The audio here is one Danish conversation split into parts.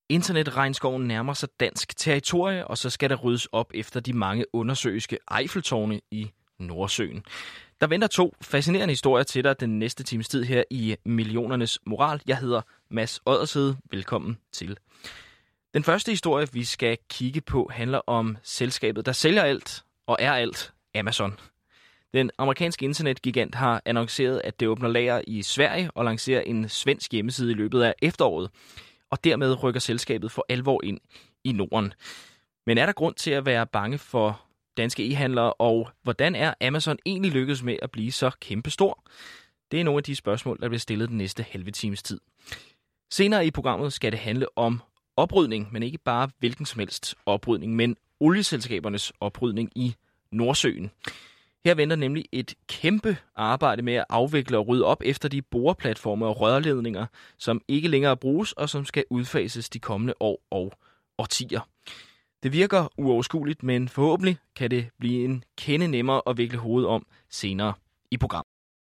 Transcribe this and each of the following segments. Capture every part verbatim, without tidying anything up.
Internetregnskoven nærmer sig dansk territorie, og så skal der ryddes op efter de mange undersøiske Eiffeltårne i Nordsøen. Der venter to fascinerende historier til dig den næste times tid her i Millionernes Moral. Jeg hedder Mads Oddersede. Velkommen til. Den første historie, vi skal kigge på, handler om selskabet, der sælger alt og er alt, Amazon. Den amerikanske internetgigant har annonceret, at det åbner lager i Sverige og lancerer en svensk hjemmeside i løbet af efteråret. Og dermed rykker selskabet for alvor ind i Norden. Men er der grund til at være bange for danske e-handlere, og hvordan er Amazon egentlig lykkedes med at blive så kæmpestor? Det er nogle af de spørgsmål, der bliver stillet den næste halve times tid. Senere i programmet skal det handle om oprydning, men ikke bare hvilken som helst oprydning, men olieselskabernes oprydning i Nordsøen. Her venter nemlig et kæmpe arbejde med at afvikle og rydde op efter de boreplatforme og rørledninger, som ikke længere bruges og som skal udfases de kommende år og årtier. Det virker uoverskueligt, men forhåbentlig kan det blive en kende nemmere at vikle hovedet om senere i programmet.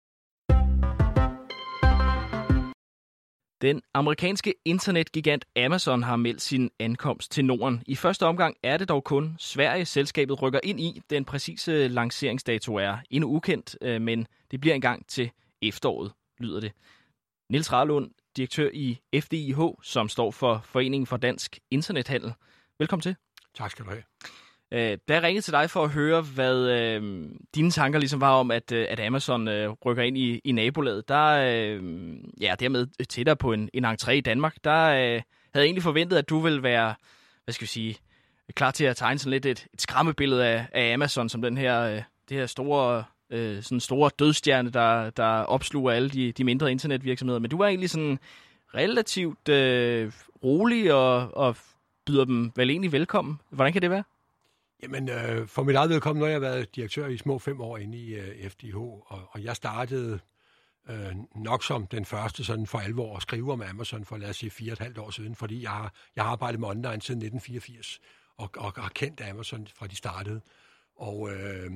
Den amerikanske internetgigant Amazon har meldt sin ankomst til Norden. I første omgang er det dog kun Sverige, selskabet rykker ind i. Den præcise lanceringsdato er endnu ukendt, men det bliver engang til efteråret, lyder det. Niels Rarlund, direktør i F D I H, som står for Foreningen for Dansk Internethandel. Velkommen til. Tak skal du have. Da jeg ringede til dig for at høre, hvad øh, dine tanker ligesom var om, at, at Amazon øh, rykker ind i, i nabolaget, der øh, ja, dermed tættere på en, en entré i Danmark, der øh, havde jeg egentlig forventet, at du ville være, hvad skal vi sige, klar til at tegne sådan lidt et, et skræmmebillede af, af Amazon som den her, øh, det her store, øh, sådan store dødstjerne, der, der opsluger alle de, de mindre internetvirksomheder. Men du var egentlig sådan relativt øh, rolig og, og byder dem vel egentlig velkommen. Hvordan kan det være? Jamen, øh, for mit eget vedkommende, når jeg har været direktør i små fem år inde i øh, F D H, og, og jeg startede øh, nok som den første sådan for alvor at skrive om Amazon for, lad os sige, fire og et halvt år siden, fordi jeg har, jeg har arbejdet med online siden nitten fireogfirs, og, og har kendt Amazon fra de startede. Og øh,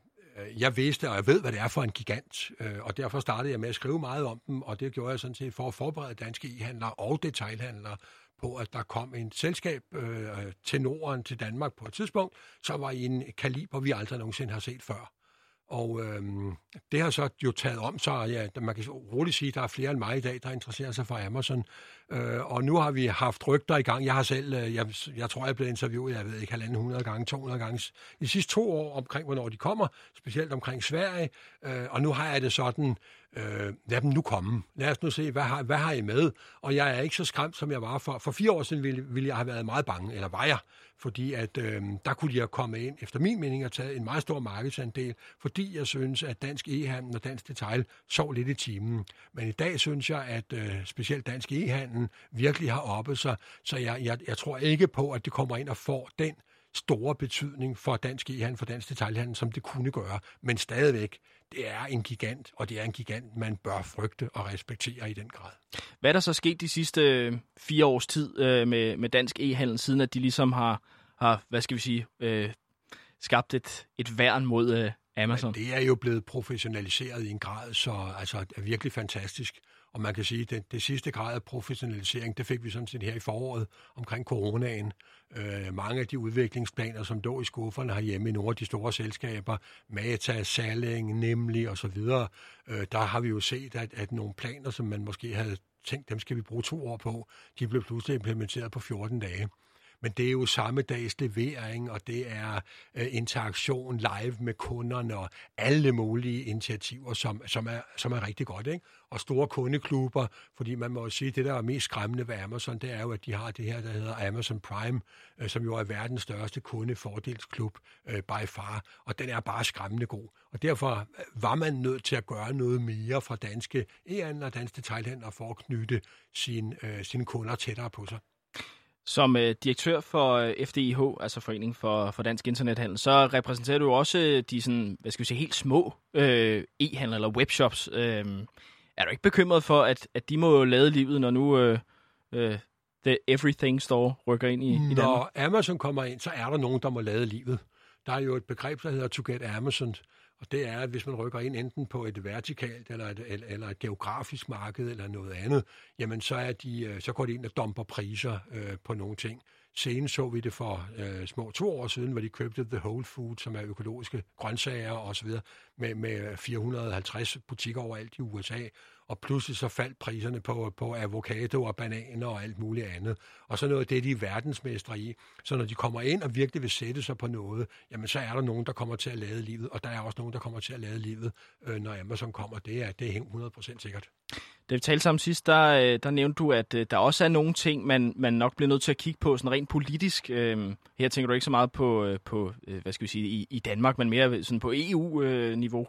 jeg vidste, og jeg ved, hvad det er for en gigant, øh, og derfor startede jeg med at skrive meget om dem, og det gjorde jeg sådan set for at forberede danske e-handlere og detailhandlere på, at der kom en selskab øh, til Norden, til Danmark på et tidspunkt, som var i en kaliber, vi aldrig nogensinde har set før. Og øh, det har så jo taget om sig, ja, man kan roligt sige, at der er flere end mig i dag, der interesserer sig for Amazon. Øh, og nu har vi haft rygter i gang. Jeg har selv, øh, jeg, jeg tror, jeg er blevet interviewet, jeg ved ikke, halvanden hundrede gange, to hundrede gange de sidste to år omkring, hvornår de kommer, specielt omkring Sverige. Øh, og nu har jeg det sådan, øh, lad dem nu komme. Lad os nu se, hvad har, hvad har I med? Og jeg er ikke så skræmt, som jeg var for. For fire år siden ville, ville jeg have været meget bange, eller var jeg, fordi at øh, der kunne de have kommet ind, efter min mening, og taget en meget stor markedsandel, fordi jeg synes, at dansk e-handel og dansk detail sov lidt i timen. Men i dag synes jeg, at øh, specielt dansk e-handel virkelig har oppet sig, så jeg, jeg, jeg tror ikke på, at det kommer ind og får den store betydning for dansk e-handel, for dansk detailhandel, som det kunne gøre. Men stadigvæk, det er en gigant, og det er en gigant, man bør frygte og respektere i den grad. Hvad er der så sket de sidste fire års tid øh, med, med dansk e-handel, siden at de ligesom har, har hvad skal vi sige, øh, skabt et, et værn mod øh, Amazon? Men det er jo blevet professionaliseret i en grad, så altså, er virkelig fantastisk. Og man kan sige, at det, det sidste grad af professionalisering, det fik vi sådan set her i foråret omkring coronaen. Øh, mange af de udviklingsplaner, som lå i skufferne herhjemme i nogle af de store selskaber, Meta, Salling, Nemlig osv., øh, der har vi jo set, at, at nogle planer, som man måske havde tænkt, dem skal vi bruge to år på, de blev pludselig implementeret på fjorten dage. Men det er jo samme dags levering, og det er øh, interaktion live med kunderne og alle mulige initiativer, som, som, er, som er rigtig godt, ikke? Og store kundeklubber, fordi man må jo sige, at det, der er mest skræmmende ved Amazon, det er jo, at de har det her, der hedder Amazon Prime, øh, som jo er verdens største kundefordelsklub øh, by far, og den er bare skræmmende god. Og derfor var man nødt til at gøre noget mere fra danske e-handlere og danske detailhandlere for at knytte sin, øh, sine kunder tættere på sig. Som øh, direktør for øh, F D I H, altså Foreningen for, for Dansk Internethandel, så repræsenterer du også de sådan, hvad skal vi sige, helt små øh, e-handler eller webshops. Øh, er du ikke bekymret for, at, at de må lade livet, når nu øh, øh, The Everything Store rykker ind i, i Danmark? Når Amazon kommer ind, så er der nogen, der må lade livet. Der er jo et begreb, der hedder to get Amazon, og det er, at hvis man rykker ind enten på et vertikalt eller et, eller et geografisk marked eller noget andet, jamen så, er de, så går de ind og dumper priser øh, på nogle ting. Senest så vi det for øh, små to år siden, hvor de købte The Whole Food, som er økologiske grøntsager osv., med, med fire hundrede og halvtreds butikker overalt i U S A, og pludselig så faldt priserne på, på avocado og bananer og alt muligt andet. Og så noget af det, de er verdensmestre i. Så når de kommer ind og virkelig vil sætte sig på noget, jamen så er der nogen, der kommer til at lade livet, og der er også nogen, der kommer til at lade livet, øh, når Amazon kommer. Det er, det er hundrede procent sikkert. Da vi talte sammen sidst, der, der nævnte du, at der også er nogle ting, man, man nok bliver nødt til at kigge på, sådan rent politisk. Her tænker du ikke så meget på, på hvad skal vi sige, i, i Danmark, men mere sådan på E U-niveau.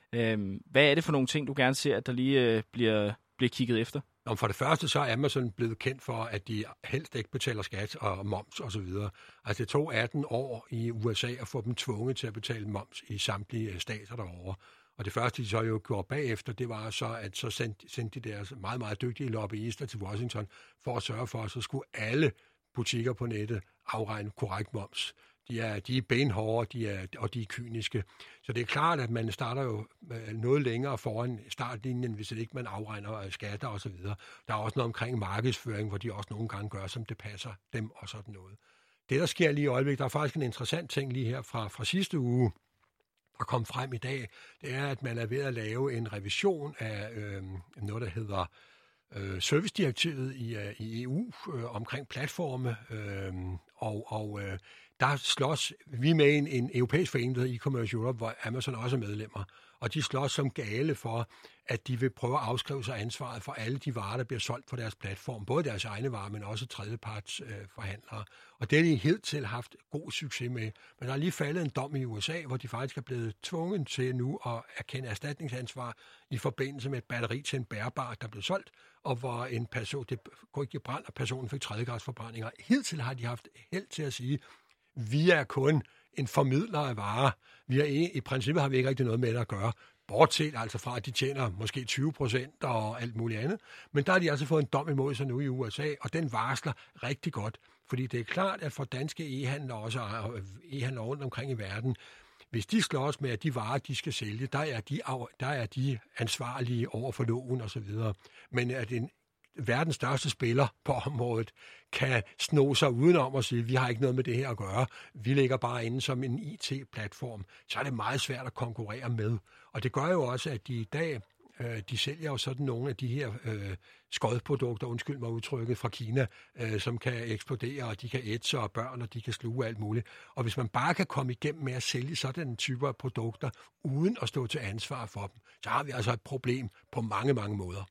Hvad er det for nogle ting, du gerne ser, at der lige bliver, bliver kigget efter? For det første så er Amazon blevet kendt for, at de helst ikke betaler skat og moms osv. Altså det tog atten år i U S A at få dem tvunget til at betale moms i samtlige stater derovre. Og det første, de så jo gjorde bagefter, det var så, at så sendte, sendte de deres meget, meget dygtige lobbyister til Washington for at sørge for, at så skulle alle butikker på nettet afregne korrekt moms. De er, de er benhårde, de er, og de er kyniske. Så det er klart, at man starter jo noget længere foran startlinjen, hvis ikke man afregner skatter osv. Der er også noget omkring markedsføring, hvor de også nogle gange gør, som det passer dem og sådan noget. Det, der sker lige i øjeblikket, der er faktisk en interessant ting lige her fra, fra sidste uge, der kom frem i dag, det er, at man er ved at lave en revision af øh, noget, der hedder øh, servicedirektivet i, uh, i E U øh, omkring platforme, øh, og, og øh, der slås vi med en, en europæisk forening, der hedder e-commerce Europe, hvor Amazon også er medlemmer, og de slås som gale for, at de vil prøve at afskrive sig ansvaret for alle de varer, der bliver solgt på deres platform, både deres egne varer, men også tredjeparts øh, forhandlere. Og det har de helt til haft god succes med. Men der er lige faldet en dom i U S A, hvor de faktisk er blevet tvunget til nu at erkende erstatningsansvar i forbindelse med et batteri til en bærbar, der blev solgt, og hvor en person, det går ikke i brand, og personen fik tredjegradsforbrændinger. Helt til har de haft held til at sige, vi er kun en formidler af varer. Vi er i, i princippet har vi ikke rigtig noget med det at gøre. Bortset altså fra, at de tjener måske tyve procent og alt muligt andet. Men der har de altså fået en dom imod sig nu i U S A, og den varsler rigtig godt. Fordi det er klart, at for danske e-handlere også e-handlere rundt omkring i verden, hvis de slås med, at de varer, de skal sælge, der er de, der er de ansvarlige over for loven osv. Men at en verdens største spiller på området kan sno sig udenom og sige, vi har ikke noget med det her at gøre, vi ligger bare inde som en I T-platform, så er det meget svært at konkurrere med. Og det gør jo også, at de i dag, øh, de sælger jo sådan nogle af de her øh, skodprodukter, undskyld mig udtrykket, fra Kina, øh, som kan eksplodere, og de kan ætse og børn, og de kan sluge alt muligt. Og hvis man bare kan komme igennem med at sælge sådan en type af produkter, uden at stå til ansvar for dem, så har vi altså et problem på mange, mange måder.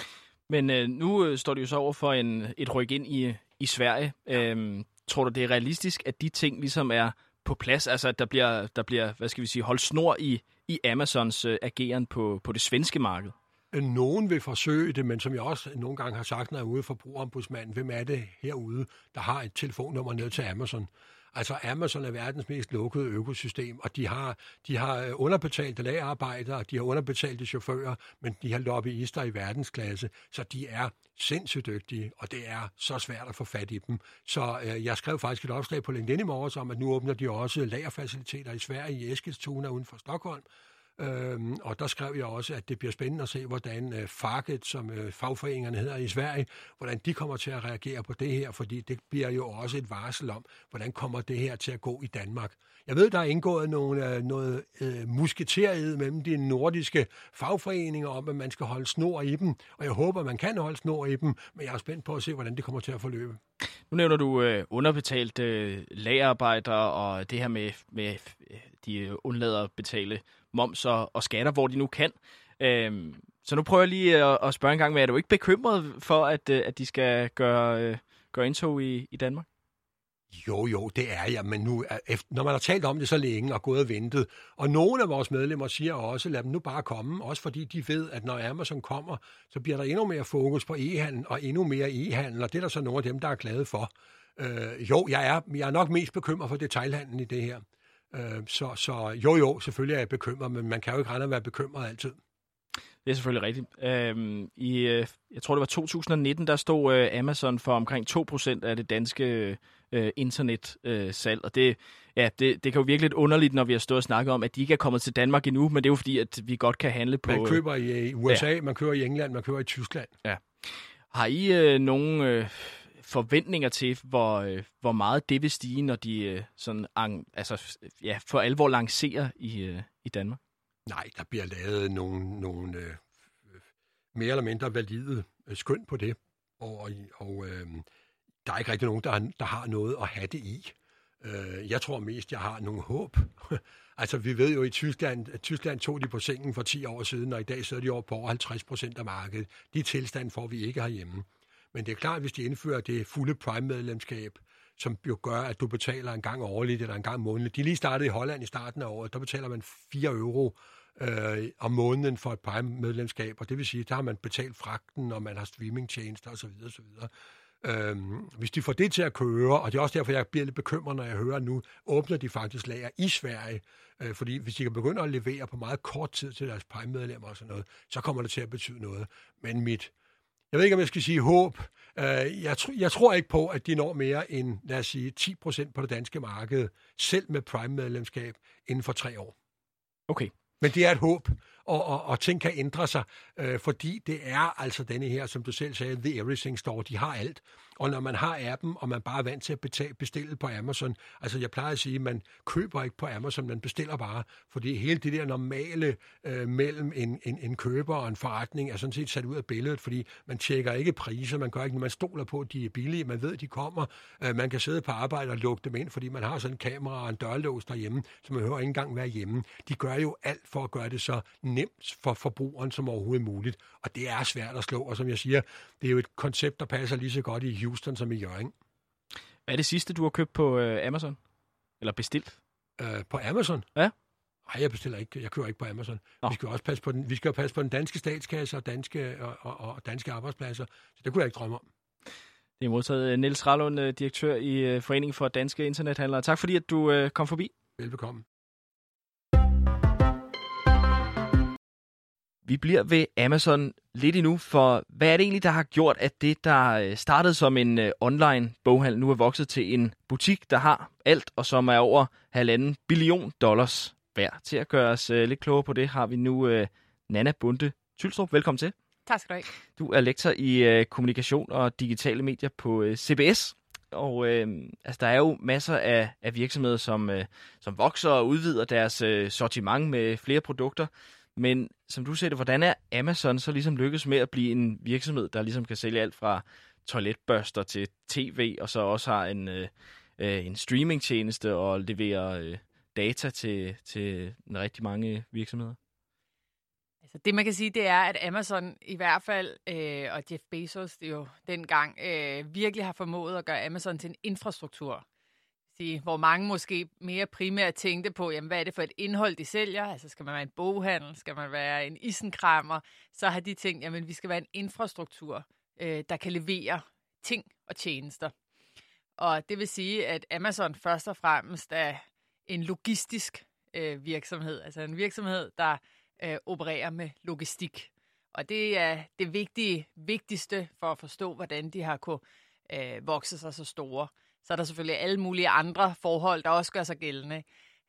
Men øh, nu øh, står det jo så over for en, et ryk ind i, i Sverige. Øhm, tror du, det er realistisk, at de ting ligesom er på plads? Altså, at der bliver, der bliver hvad skal vi sige, holdt snor i, i Amazons øh, ageren på, på det svenske marked? Nogen vil forsøge det, men som jeg også nogle gange har sagt, når jeg er ude for forbrugerombudsmanden, hvem er det herude, der har et telefonnummer ned til Amazon? Altså Amazon er verdens mest lukkede økosystem, og de har, de har underbetalte lagerarbejdere, de har underbetalte chauffører, men de har lobbyister i verdensklasse, så de er sindssygt dygtige, og det er så svært at få fat i dem. Så øh, jeg skrev faktisk et opslag på LinkedIn i morges om, at nu åbner de også lagerfaciliteter i Sverige, i Eskilstuna uden for Stockholm. Øhm, og der skrev jeg også, at det bliver spændende at se, hvordan øh, Facket, som øh, fagforeningerne hedder i Sverige, hvordan de kommer til at reagere på det her, fordi det bliver jo også et varsel om, hvordan kommer det her til at gå i Danmark. Jeg ved, der er indgået nogle, øh, noget øh, musketeriet mellem de nordiske fagforeninger om, at man skal holde snor i dem, og jeg håber, man kan holde snor i dem, men jeg er spændt på at se, hvordan det kommer til at forløbe. Nu nævner du øh, underbetalt øh, lagerarbejdere og det her med, med de undlader at betale moms og, og skatter, hvor de nu kan. Øhm, så nu prøver jeg lige at, at spørge en gang, er du ikke bekymret for, at, at de skal gøre, øh, gøre indtog i, i Danmark? Jo, jo, det er jeg, men nu, efter, når man har talt om det så længe og gået og ventet, og nogle af vores medlemmer siger også, lad dem nu bare komme, også fordi de ved, at når Amazon kommer, så bliver der endnu mere fokus på e-handel og endnu mere e-handel, og det er der så nogle af dem, der er glade for. Øh, jo, jeg er, jeg er nok mest bekymret for detailhandlen i det her. Øh, så, så jo, jo, selvfølgelig er jeg bekymret, men man kan jo ikke rende at være bekymret altid. Det er selvfølgelig rigtigt. Øhm, i, øh, jeg tror, det var to tusind nitten, der stod øh, Amazon for omkring to procent af det danske øh, internetsalg. Øh, og det, ja, det, det kan jo virkelig lidt underligt, når vi har stået og snakket om, at de ikke er kommet til Danmark endnu, men det er jo fordi, at vi godt kan handle på... Man køber i U S A, ja. Man køber i England, man køber i Tyskland. Ja. Har I øh, nogle øh, forventninger til, hvor, øh, hvor meget det vil stige, når de øh, sådan, ang, altså, ja, for alvor lancerer i, øh, i Danmark? Nej, der bliver lavet nogle, nogle øh, mere eller mindre valide øh, skøn på det, og, og øh, der er ikke rigtig nogen, der har, der har noget at have det i. Øh, jeg tror mest, jeg har nogle håb. Altså, vi ved jo i Tyskland, at Tyskland tog de på sengen for ti år siden, og i dag sidder de over på over halvtreds procent af markedet. De tilstand får vi ikke herhjemme. Men det er klart, hvis de indfører det fulde Prime-medlemskab, som jo gør, at du betaler en gang årligt eller en gang månedligt. De lige startede i Holland i starten af året, der betaler man fire euro øh, om måneden for et Prime-medlemskab, og det vil sige, der har man betalt fragten, og man har streamingtjenester osv. osv. Øhm, hvis de får det til at køre, og det er også derfor, jeg bliver lidt bekymret, når jeg hører, at nu åbner de faktisk lager i Sverige, øh, fordi hvis de kan begynde at levere på meget kort tid til deres Prime-medlemmer og sådan noget, så kommer det til at betyde noget. Men mit, jeg ved ikke, om jeg skal sige håb, øh, jeg, tr- jeg tror ikke på, at de når mere end, lad os sige, ti procent på det danske marked, selv med Prime-medlemskab, inden for tre år. Okay. Men det er et håb, og, og, og ting kan ændre sig, øh, fordi det er altså denne her, som du selv sagde, The Everything Store, de har alt. Og når man har appen, og man bare er vant til at betale, bestille på Amazon, altså jeg plejer at sige, at man køber ikke på Amazon, man bestiller bare, fordi hele det der normale øh, mellem en, en, en køber og en forretning er sådan set sat ud af billedet, fordi man tjekker ikke priser, man gør ikke, man stoler på, at de er billige, man ved, at de kommer, øh, man kan sidde på arbejde og lukke dem ind, fordi man har sådan en kamera og en dørlås derhjemme, så man hører ikke engang være hjemme. De gør jo alt for at gøre det så nemt for forbrugeren som overhovedet muligt, og det er svært at slå, og som jeg siger, det er jo et koncept, der passer lige så godt i Houston som i Hjørring. Hvad er det sidste, du har købt på øh, Amazon? Eller bestilt? Øh, på Amazon? Ja. Nej, jeg bestiller ikke. Jeg køber ikke på Amazon. Nå. Vi skal også passe på den. Vi skal jo passe på den danske statskasse og danske og, og, og danske arbejdspladser. Så det kunne jeg ikke drømme om. Det er modtaget. Niels Rallund, direktør i Foreningen for Danske Internethandlere. Tak fordi at du øh, kom forbi. Velbekomme. Vi bliver ved Amazon lidt endnu, for hvad er det egentlig, der har gjort, at det, der startede som en uh, online boghandel, nu er vokset til en butik, der har alt, og som er over halvanden billion dollars værd. Til at gøre os uh, lidt klogere på det, har vi nu uh, Nanna Bunde Tylstrup. Velkommen til. Tak skal du have. Du er lektor i uh, kommunikation og digitale medier på uh, C B S. Og uh, altså, der er jo masser af, af virksomheder, som, uh, som vokser og udvider deres uh, sortiment med flere produkter. Men som du ser det, hvordan er Amazon så ligesom lykkes med at blive en virksomhed, der ligesom kan sælge alt fra toiletbørster til tv, og så også har en, øh, en streamingtjeneste og leverer øh, data til, til rigtig mange virksomheder? Altså, det man kan sige, det er, at Amazon i hvert fald, øh, og Jeff Bezos det jo dengang, øh, virkelig har formået at gøre Amazon til en infrastruktur. Hvor mange måske mere primært tænkte på, jamen, hvad er det for et indhold, de sælger? Altså, skal man være en boghandel? Skal man være en isenkrammer? Så har de tænkt, jamen, vi skal være en infrastruktur, øh, der kan levere ting og tjenester. Og det vil sige, at Amazon først og fremmest er en logistisk øh, virksomhed. Altså en virksomhed, der øh, opererer med logistik. Og det er det vigtige, vigtigste for at forstå, hvordan de har kunnet øh, vokse sig så store. Så er der selvfølgelig alle mulige andre forhold, der også gør sig gældende.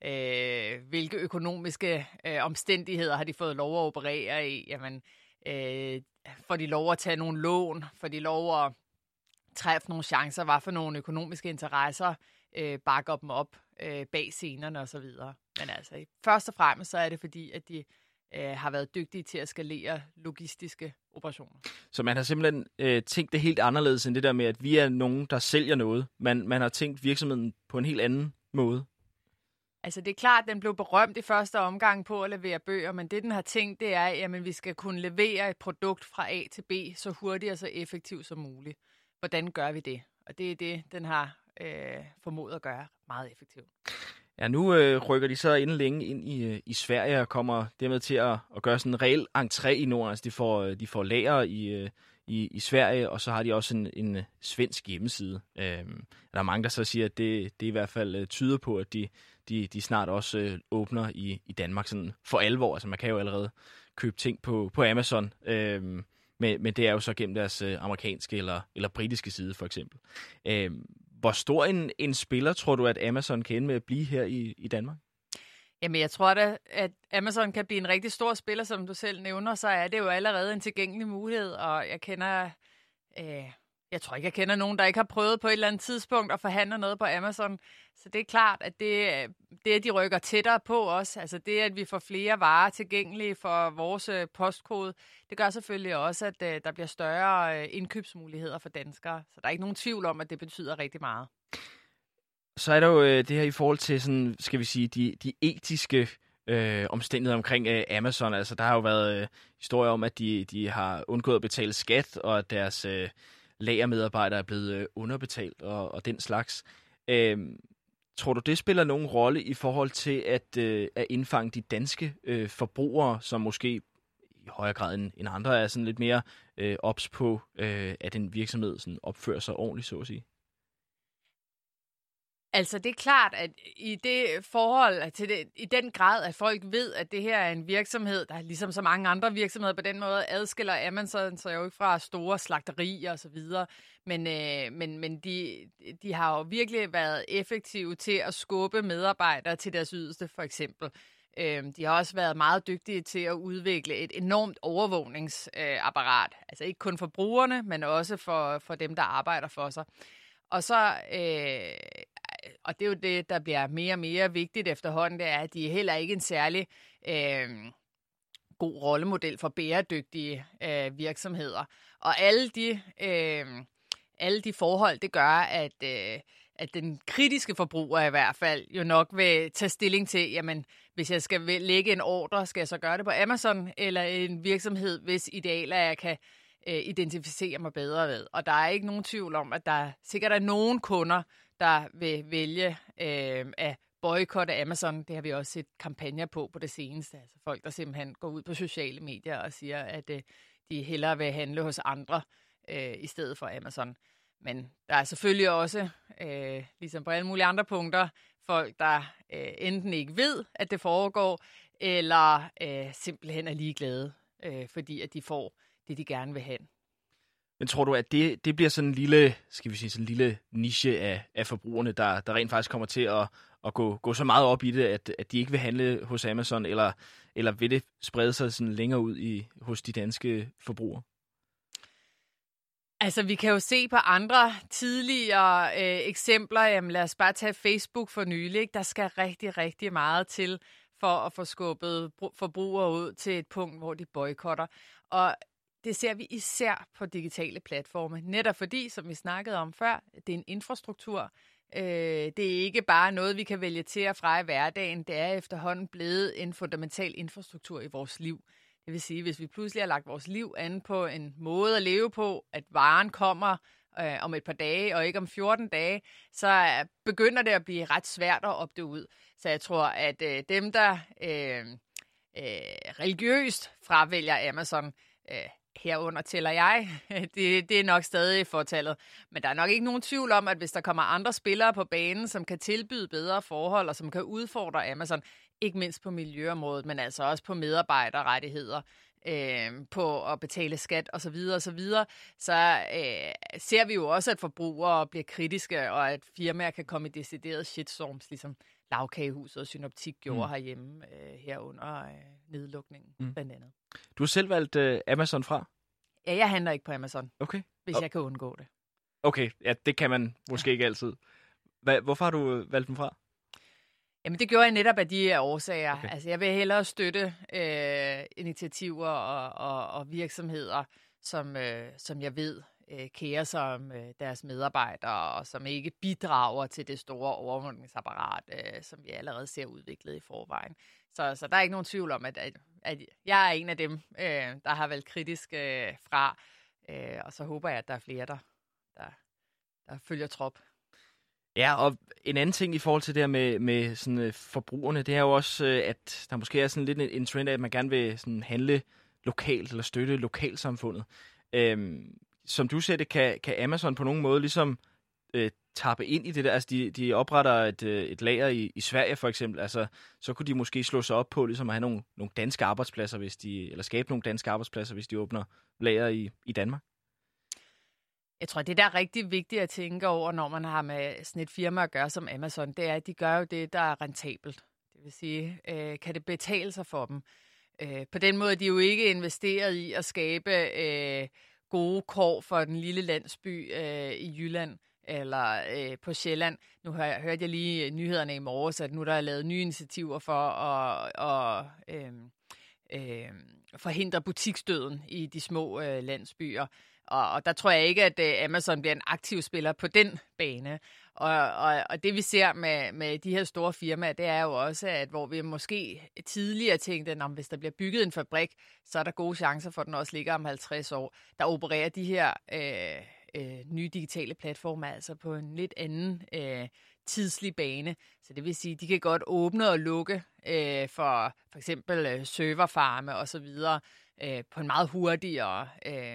Øh, hvilke økonomiske øh, omstændigheder har de fået lov at operere i? Jamen, øh, får de lov at tage nogle lån? Får de lov at træffe nogle chancer? Hvad for nogle økonomiske interesser øh, bakker dem op øh, bag scenerne osv.? Men altså, først og fremmest så er det fordi, at de øh, har været dygtige til at skalere logistiske operationer. Så man har simpelthen øh, tænkt det helt anderledes end det der med, at vi er nogen, der sælger noget. Man, man har tænkt virksomheden på en helt anden måde. Altså det er klart, at den blev berømt i første omgang på at levere bøger, men det den har tænkt, det er, at vi skal kunne levere et produkt fra A til B så hurtigt og så effektivt som muligt. Hvordan gør vi det? Og det er det, den har øh, formået at gøre meget effektivt. Ja, nu øh, rykker de så inden længe ind i, i Sverige og kommer dermed til at, at gøre sådan en reel entré i Norden. Altså de får, de får lager i, i, i Sverige, og så har de også en, en svensk hjemmeside. Øhm, der er mange, der så siger, at det, det i hvert fald tyder på, at de, de, de snart også øh, åbner i, i Danmark sådan for alvor. Altså man kan jo allerede købe ting på, på Amazon. Øhm, men, men det er jo så gennem deres øh, amerikanske eller, eller britiske side, for eksempel. Øhm, hvor stor en, en spiller tror du, at Amazon kan ende med at blive her i, i Danmark? Jamen, jeg tror da, at Amazon kan blive en rigtig stor spiller, som du selv nævner, så er det jo allerede en tilgængelig mulighed, og jeg kender... Øh, jeg tror ikke, jeg kender nogen, der ikke har prøvet på et eller andet tidspunkt at forhandle noget på Amazon. Så det er klart, at det, det at de rykker tættere på os, altså det, at vi får flere varer tilgængelige for vores postkode, det gør selvfølgelig også, at uh, der bliver større uh, indkøbsmuligheder for danskere. Så der er ikke nogen tvivl om, at det betyder rigtig meget. Så er der jo øh, det her i forhold til, sådan, skal vi sige, de, de etiske øh, omstændigheder omkring øh, Amazon. Altså, der har jo været øh, historier om, at de, de har undgået at betale skat, og at deres øh, lagermedarbejdere er blevet øh, underbetalt og, og den slags. Øh, tror du, det spiller nogen rolle i forhold til at, øh, at indfange de danske øh, forbrugere, som måske i højere grad end, end andre er sådan lidt mere øh, ops på, øh, at en virksomhed sådan opfører sig ordentligt, så at sige? Altså, det er klart, at i det forhold, til det, i den grad, at folk ved, at det her er en virksomhed, der ligesom så mange andre virksomheder på den måde adskiller Amazon, så jo ikke fra store slagterier og så videre, men, øh, men, men de, de har jo virkelig været effektive til at skubbe medarbejdere til deres yderste, for eksempel. Øh, de har også været meget dygtige til at udvikle et enormt overvågningsapparat, altså ikke kun for brugerne, men også for, for dem, der arbejder for sig. Og så... Øh, Og det er jo det, der bliver mere og mere vigtigt efterhånden, det er, at de er heller ikke en særlig øh, god rollemodel for bæredygtige øh, virksomheder. Og alle de, øh, alle de forhold, det gør, at, øh, at den kritiske forbruger i hvert fald jo nok vil tage stilling til, jamen, hvis jeg skal lægge en ordre, skal jeg så gøre det på Amazon eller en virksomhed, hvis idealer jeg kan øh, identificere mig bedre ved. Og der er ikke nogen tvivl om, at der sikkert er nogen kunder, der vil vælge øh, at boykotte Amazon. Det har vi også set kampagner på på det seneste. Altså folk, der simpelthen går ud på sociale medier og siger, at øh, de hellere vil handle hos andre øh, i stedet for Amazon. Men der er selvfølgelig også, øh, ligesom på alle mulige andre punkter, folk, der øh, enten ikke ved, at det foregår, eller øh, simpelthen er ligeglade, øh, fordi at de får det, de gerne vil have. Men tror du, at det, det bliver sådan en lille, skal vi sige, sådan en lille niche af, af forbrugerne, der, der rent faktisk kommer til at, at gå, gå så meget op i det, at, at de ikke vil handle hos Amazon, eller, eller vil det sprede sig sådan længere ud i, hos de danske forbrugere? Altså, vi kan jo se på andre tidligere øh, eksempler. Jamen, lad os bare tage Facebook for nylig. Ikke? Der skal rigtig, rigtig meget til for at få skubbet forbrugere ud til et punkt, hvor de boykotter. Og det ser vi især på digitale platforme, netop fordi, som vi snakkede om før, det er en infrastruktur. Øh, det er ikke bare noget, vi kan vælge til og fra i hverdagen. Det er efterhånden blevet en fundamental infrastruktur i vores liv. Det vil sige, hvis vi pludselig har lagt vores liv an på en måde at leve på, at varen kommer øh, om et par dage og ikke om fjorten dage, så begynder det at blive ret svært at opdage ud. Så jeg tror, at øh, dem, der øh, øh, religiøst fravælger Amazon, øh, herunder tæller jeg, det, det er nok stadig fortallet. Men der er nok ikke nogen tvivl om, at hvis der kommer andre spillere på banen, som kan tilbyde bedre forhold, og som kan udfordre Amazon, ikke mindst på miljøområdet, men altså også på medarbejderrettigheder, øh, på at betale skat osv., osv., så øh, ser vi jo også, at forbrugere bliver kritiske, og at firmaer kan komme i deciderede shitstorms, ligesom Lavkagehuset og Synoptik gjorde mm. herhjemme øh, her under øh, nedlukningen, mm. blandt andet. Du har selv valgt øh, Amazon fra? Ja, jeg handler ikke på Amazon, okay. hvis oh. jeg kan undgå det. Okay, ja, det kan man måske ja. ikke altid. Hva, hvorfor har du valgt dem fra? Jamen, det gjorde jeg netop af de årsager. Okay. Altså, jeg vil hellere støtte øh, initiativer og, og, og virksomheder, som, øh, som jeg ved øh, kærer sig om øh, deres medarbejdere, og som ikke bidrager til det store overvågningsapparat, øh, som vi allerede ser udviklet i forvejen. Så, så der er ikke nogen tvivl om, at, at, at jeg er en af dem, øh, der har valgt kritisk øh, fra, øh, og så håber jeg, at der er flere, der, der, der følger trop. Ja, og en anden ting i forhold til det her med, med sådan, øh, forbrugerne, det er jo også, øh, at der måske er sådan lidt en, en trend af, at man gerne vil sådan, handle lokalt eller støtte lokalsamfundet. Øhm, som du ser det, kan, kan Amazon på nogen måde ligesom øh, tappe ind i det der? Altså, de, de opretter et, øh, et lager i, i Sverige for eksempel. Altså, så kunne de måske slå sig op på ligesom at have nogle, nogle danske arbejdspladser, hvis de, eller skabe nogle danske arbejdspladser, hvis de åbner lager i, i Danmark. Jeg tror, det der er rigtig vigtigt at tænke over, når man har med sådan et firma at gøre som Amazon, det er, at de gør jo det, der er rentabelt. Det vil sige, øh, kan det betale sig for dem? Øh, på den måde de er de jo ikke investeret i at skabe øh, gode kår for den lille landsby øh, i Jylland eller øh, på Sjælland. Nu hør, hørte jeg lige nyhederne i morges, at nu der er lavet nye initiativer for at, at øh, øh, forhindre butiksdøden i de små øh, landsbyer. Og, og der tror jeg ikke, at uh, Amazon bliver en aktiv spiller på den bane. Og, og, og det vi ser med, med de her store firmaer, det er jo også, at hvor vi måske tidligere tænkte, at hvis der bliver bygget en fabrik, så er der gode chancer for, at den også ligger om halvtreds år. Der opererer de her øh, øh, nye digitale platformer altså på en lidt anden øh, tidslig bane. Så det vil sige, at de kan godt åbne og lukke øh, for for eksempel øh, serverfarme og så videre øh, på en meget hurtigere øh,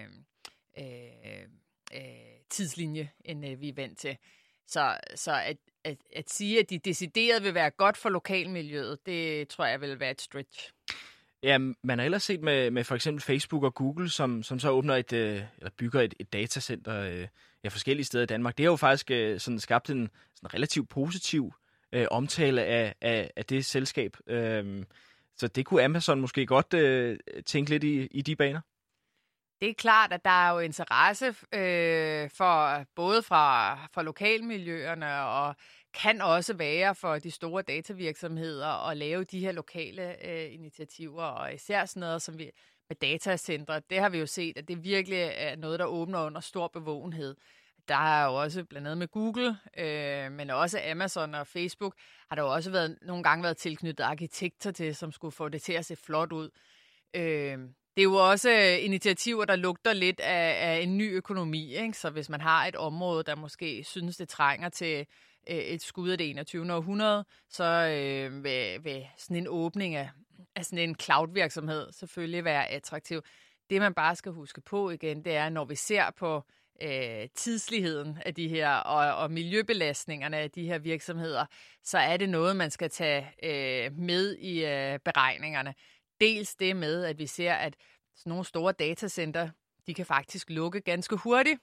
Øh, øh, tidslinje, end øh, vi er vant til. Så, så at, at, at sige, at de decideret vil være godt for lokalmiljøet, det tror jeg vil være et stretch. Ja, man har ellers set med, med for eksempel Facebook og Google, som, som så åbner et, øh, eller bygger et, et datacenter øh, ja, forskellige steder i Danmark. Det har jo faktisk øh, sådan skabt en sådan relativt positiv øh, omtale af, af, af det selskab. Øh, så det kunne Amazon måske godt øh, tænke lidt i, i de baner. Det er klart, at der er jo interesse øh, for både fra, fra lokalmiljøerne og kan også være for de store datavirksomheder at lave de her lokale øh, initiativer, og især sådan noget som vi, med datacentre. Det har vi jo set, at det virkelig er noget, der åbner under stor bevågenhed. Der er jo også blandt andet med Google, øh, men også Amazon og Facebook, har der jo også været, nogle gange været tilknyttet arkitekter til, som skulle få det til at se flot ud. Øh, Det er jo også initiativer, der lugter lidt af, af en ny økonomi, ikke? Så hvis man har et område, der måske synes, det trænger til øh, et skud af det enogtyvende århundrede, så øh, vil, vil sådan en åbning af, af sådan en cloud-virksomhed selvfølgelig være attraktiv. Det, man bare skal huske på igen, det er, når vi ser på øh, tidsligheden af de her og, og miljøbelastningerne af de her virksomheder, så er det noget, man skal tage øh, med i øh, beregningerne. Dels det med, at vi ser, at sådan nogle store datacenter, de kan faktisk lukke ganske hurtigt.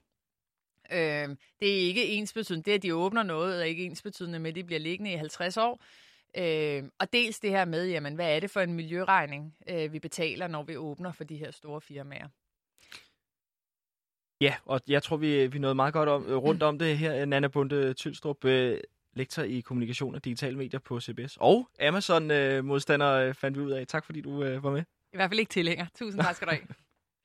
Øh, det er ikke ensbetydende. Det, at de åbner noget, er ikke ensbetydende med, at de bliver liggende i halvtreds år. Øh, og dels det her med, jamen, hvad er det for en miljøregning, øh, vi betaler, når vi åbner for de her store firmaer. Ja, og jeg tror, vi, vi nåede meget godt om, rundt om det her. Nanna Bonde Tylstrup, øh, lektor i kommunikation og digitale medier på C B S. Og Amazon-modstander øh, fandt vi ud af. Tak fordi du øh, var med. I hvert fald ikke tilhænger. Tusind tak skal du have.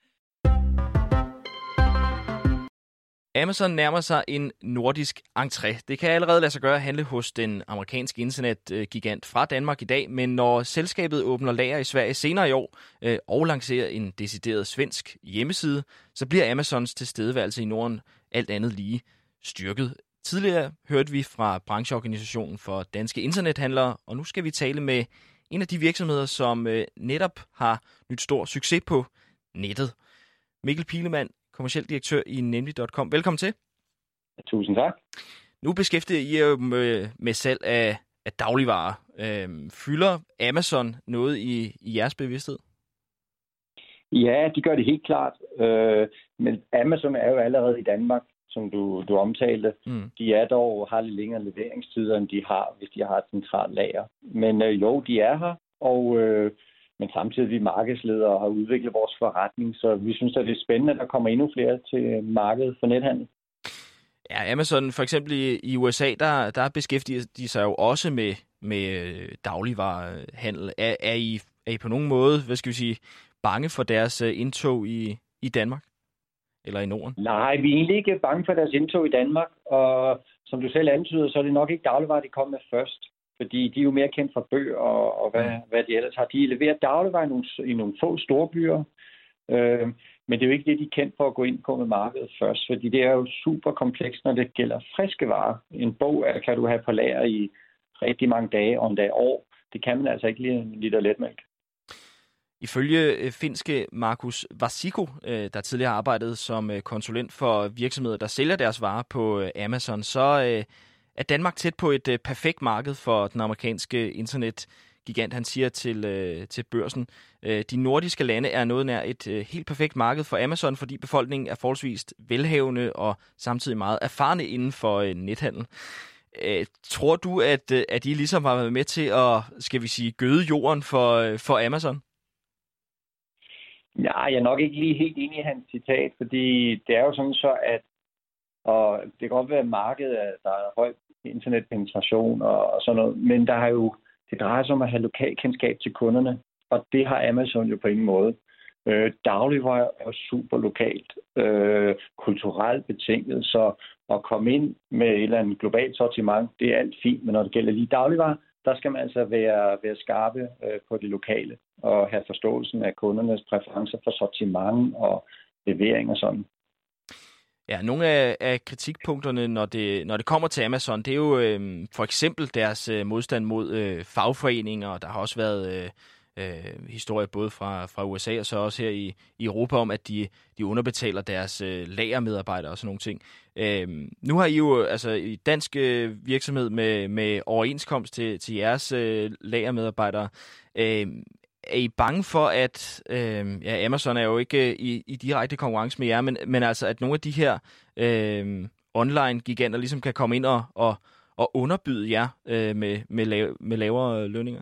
Amazon nærmer sig en nordisk entré. Det kan allerede lade sig gøre at handle hos den amerikanske internetgigant fra Danmark i dag, men når selskabet åbner lager i Sverige senere i år øh, og lancerer en decideret svensk hjemmeside, så bliver Amazons tilstedeværelse i Norden alt andet lige styrket. Tidligere hørte vi fra brancheorganisationen for danske internethandlere, og nu skal vi tale med en af de virksomheder, som øh, netop har nyt stor succes på nettet. Mikkel Pilemann, kommerciel direktør i Nemlig punktum com. Velkommen til. Tusind tak. Nu beskæftiger I jer med, med salg af, af dagligvarer. Øhm, fylder Amazon noget i, i jeres bevidsthed? Ja, de gør det helt klart. Øh, men Amazon er jo allerede i Danmark, som du, du omtalte. Mm. De er dog har lidt længere leveringstider, end de har, hvis de har et centralt lager. Men øh, jo, de er her, og øh, men samtidig er vi markedsledere og har udviklet vores forretning, så vi synes, at det er spændende, at der kommer endnu flere til markedet for nethandel. Ja, Amazon for eksempel i, i U S A, der, der beskæftiger de sig jo også med, med dagligvarehandel. Er, er, I, er I på nogen måde, hvad skal vi sige, bange for deres indtog i, i Danmark? Eller i Norden? Nej, vi er egentlig ikke bange for deres indtog i Danmark, og som du selv antyder, så er det nok ikke dagligvarer, de kommer med først. Fordi de er jo mere kendt fra bøger og, og hvad, mm. hvad de ellers har. De leverer dagligvarer i nogle, i nogle få store byer, øh, men det er jo ikke det, de er kendt for at gå ind på med markedet først, fordi det er jo super komplekst, når det gælder friske varer. En bog kan du have på lager i rigtig mange dage og endda år. Det kan man altså ikke lige en liter letmælk. Ifølge øh, finske Markus Vasikko, øh, der tidligere arbejdede som øh, konsulent for virksomheder, der sælger deres varer på øh, Amazon, så øh, er Danmark tæt på et øh, perfekt marked for den amerikanske internetgigant. Han siger til, øh, til børsen, øh, de nordiske lande er noget nær et øh, helt perfekt marked for Amazon, fordi befolkningen er forholdsvis velhavende og samtidig meget erfarne inden for øh, nethandel. Øh, tror du, at, øh, at I ligesom har været med til at, skal vi sige, gøde jorden for, øh, for Amazon? Nej, jeg er nok ikke lige helt enig i hans citat, fordi det er jo sådan så, at og det kan godt være, at markedet, der er høj internetpenetration og, og sådan noget, men der har jo, det drejer sig om at have lokalkendskab til kunderne, og det har Amazon jo på ingen måde. Øh, dagligvarer er super lokalt, øh, kulturelt betinget, så at komme ind med et eller andet globalt sortiment, det er alt fint, men når det gælder lige dagligvarer, der skal man altså være, være skarpe øh, på det lokale og have forståelsen af kundernes præferencer for sortiment og levering og sådan. Ja, nogle af, af kritikpunkterne, når det, når det kommer til Amazon, det er jo øh, for eksempel deres øh, modstand mod øh, fagforeninger, og der har også været øh, øh, historier både fra, fra U S A og så også her i, i Europa om, at de, de underbetaler deres øh, lagermedarbejdere og sådan nogle ting. Øh, nu har I jo altså i dansk øh, virksomhed med, med overenskomst til, til jeres øh, lagermedarbejdere. Øh, Er I bange for, at øh, ja, Amazon er jo ikke i, i direkte konkurrence med jer, men, men altså, at nogle af de her øh, online-giganter ligesom kan komme ind og, og, og underbyde jer øh, med, med, lav, med lavere lønninger?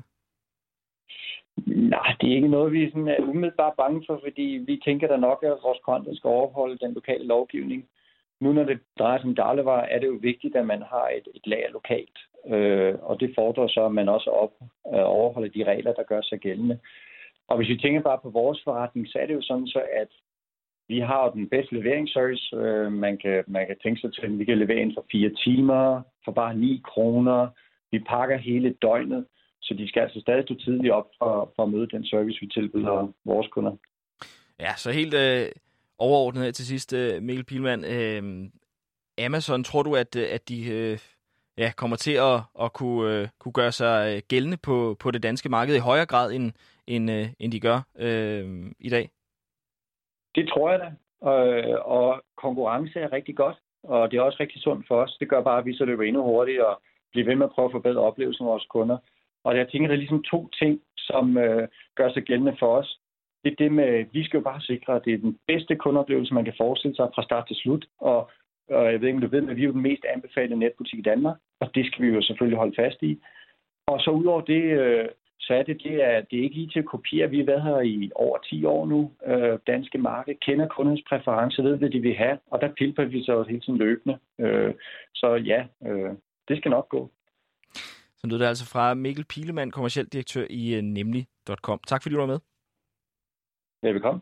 Nej, det er ikke noget, vi sådan er umiddelbart bange for, fordi vi tænker da nok, at vores konto skal overholde den lokale lovgivning. Nu når det drejer sig om dagligvarer, er det jo vigtigt, at man har et, et lager lokalt. Øh, og det fordrer så, at man også op, øh, overholder de regler, der gør sig gældende. Og hvis vi tænker bare på vores forretning, så er det jo sådan så, at vi har den bedste leveringsservice. Øh, man, kan, man kan tænke sig til, at vi kan levere inden for fire timer, for bare ni kroner. Vi pakker hele døgnet, så de skal altså stadig stå tidligt op for, for at møde den service, vi tilbyder vores kunder. Ja, så helt øh, overordnet her til sidst, øh, Mikkel Pilman. Øh, Amazon, tror du, at, at de... Øh Ja, kommer til at, at kunne, uh, kunne gøre sig gældende på, på det danske marked i højere grad, end, end, uh, end de gør uh, i dag? Det tror jeg da. Og, og konkurrence er rigtig godt, og det er også rigtig sundt for os. Det gør bare, at vi så løber endnu hurtigere og bliver ved med at prøve at forbedre oplevelsen af vores kunder. Og jeg tænker, der er ligesom to ting, som uh, gør sig gældende for os. Det er det med, vi skal jo bare sikre, at det er den bedste kundeoplevelse, man kan forestille sig fra start til slut. Og Og jeg ved ikke, om du ved, men vi er jo den mest anbefalede netbutik i Danmark, og det skal vi jo selvfølgelig holde fast i. Og så udover det, så er det, det er, det er ikke lige til at kopiere. Vi har været her i over ti år nu. Danske marked kender kundernes præferencer, ved hvad de vil have, og der tilpasser vi så hele tiden løbende. Så ja, det skal nok gå. Så lød det altså fra Mikkel Pilemand, kommerciel direktør i nemlig punktum com. Tak fordi du var med. Velbekomme.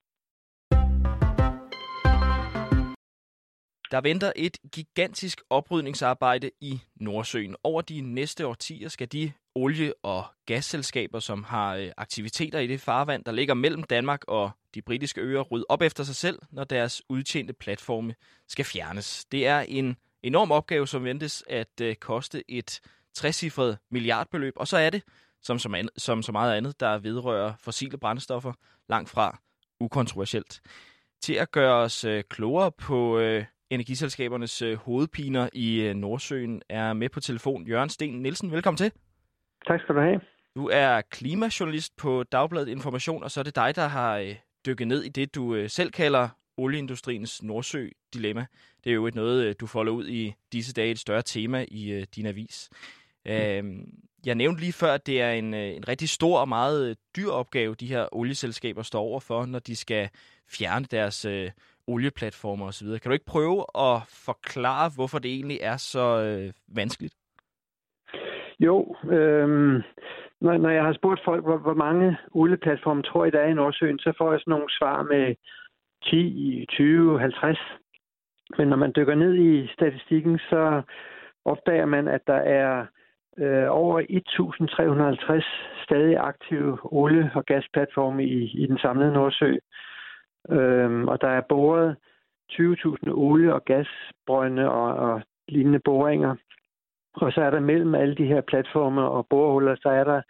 Der venter et gigantisk oprydningsarbejde i Nordsøen. Over de næste årtier skal de olie- og gasselskaber, som har aktiviteter i det farvand, der ligger mellem Danmark og de britiske øer, rydde op efter sig selv, når deres udtjente platforme skal fjernes. Det er en enorm opgave, som ventes at koste et trecifret milliardbeløb, og så er det, som, som, an, som så meget andet, der vedrører fossile brændstoffer, langt fra ukontroversielt. Til at gøre os klogere på energiselskabernes øh, hovedpiner i øh, Nordsøen er med på telefon Jørgen Sten Nielsen. Velkommen til. Tak skal du have. Du er klimajournalist på Dagbladet Information, og så er det dig, der har øh, dykket ned i det, du øh, selv kalder olieindustriens Nordsø-dilemma. Det er jo et noget, øh, du folder ud i disse dage, et større tema i øh, din avis. Mm. Øh, jeg nævnte lige før, at det er en, øh, en rigtig stor og meget øh, dyr opgave, de her olieselskaber står overfor, når de skal fjerne deres øh, olieplatformer osv. Kan du ikke prøve at forklare, hvorfor det egentlig er så øh, vanskeligt? Jo, øh, når, når jeg har spurgt folk, hvor, hvor mange olieplatforme tror I, der er i Nordsøen, så får jeg sådan nogle svar med ti, tyve, halvtreds. Men når man dykker ned i statistikken, så opdager man, at der er øh, over et tusind tre hundrede og halvtreds stadig aktive olie- og gasplatforme i, i den samlede Nordsø. Øhm, og der er boret tyve tusind olie- og gasbrønde og, og lignende boringer. Og så er der mellem alle de her platforme og borehuller, så er der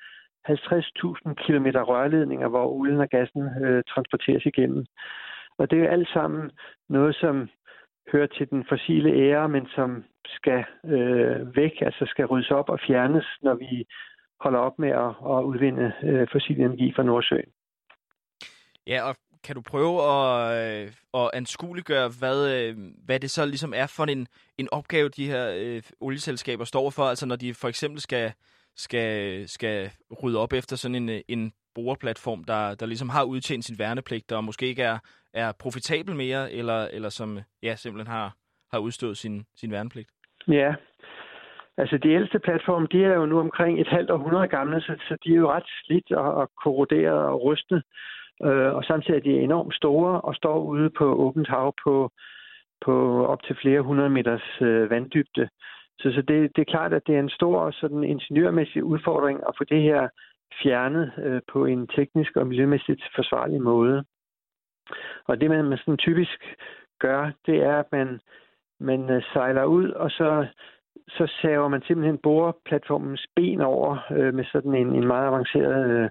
halvtreds tusind kilometer rørledninger, hvor olien og gassen øh, transporteres igennem. Og det er alt sammen noget, som hører til den fossile æra, men som skal øh, væk, altså skal ryddes op og fjernes, når vi holder op med at, at udvinde øh, fossil energi fra Nordsøen. Ja, og kan du prøve at, øh, at anskueliggøre, hvad, øh, hvad det så ligesom er for en, en opgave, de her øh, olieselskaber står for? Altså når de for eksempel skal, skal, skal rydde op efter sådan en, en boreplatform, der, der ligesom har udtjent sin værnepligt, og måske ikke er, er profitabel mere, eller, eller som ja, simpelthen har, har udstået sin, sin værnepligt? Ja, altså de ældste platforme, de er jo nu omkring et halvt århundrede gamle, så, så de er jo ret slidt og, og korroderet og rystet. Øh, og samtidig er de enormt store og står ude på åbent hav på, på op til flere hundrede meters øh, vanddybde. Så, så det, det er klart, at det er en stor sådan ingeniørmæssig udfordring at få det her fjernet øh, på en teknisk og miljømæssigt forsvarlig måde. Og det, man, man sådan typisk gør, det er, at man, man øh, sejler ud, og så, så saver man simpelthen boreplatformens ben over øh, med sådan en, en meget avanceret øh,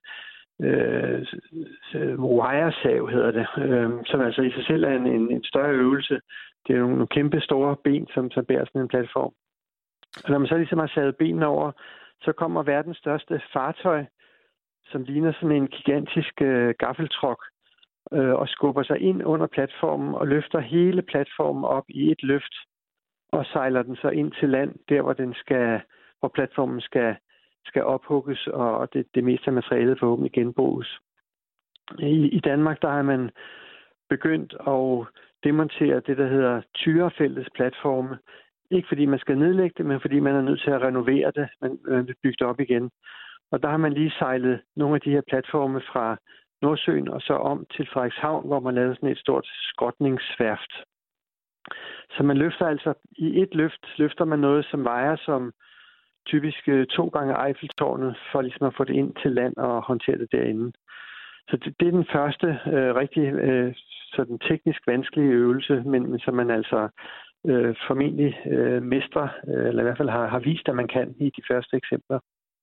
øh, wire-sav, hedder det, øh, som altså i sig selv er en, en, en større øvelse. Det er nogle, nogle kæmpe store ben, som så bærer sådan en platform. Og når man så ligesom har savet benene over, så kommer verdens største fartøj, som ligner sådan en gigantisk øh, gaffeltruck, øh, og skubber sig ind under platformen og løfter hele platformen op i et løft, og sejler den så ind til land, der hvor den skal, hvor platformen skal, skal ophugges, og det, det meste af materialet forhåbentlig genbruges. I, I Danmark, der har man begyndt at demontere det, der hedder Tyrafeltets platforme. Ikke fordi man skal nedlægge det, men fordi man er nødt til at renovere det, men øh, bygge det op igen. Og der har man lige sejlet nogle af de her platforme fra Nordsøen og så om til Frederikshavn, hvor man lavede sådan et stort skrotningsværft. Så man løfter altså i et løft, løfter man noget, som vejer som typisk to gange Eiffeltårnet, for ligesom at få det ind til land og håndtere det derinde. Så det, det er den første øh, rigtig øh, sådan teknisk vanskelige øvelse, men, men som man altså øh, formentlig øh, mestrer, øh, eller i hvert fald har, har vist, at man kan i de første eksempler.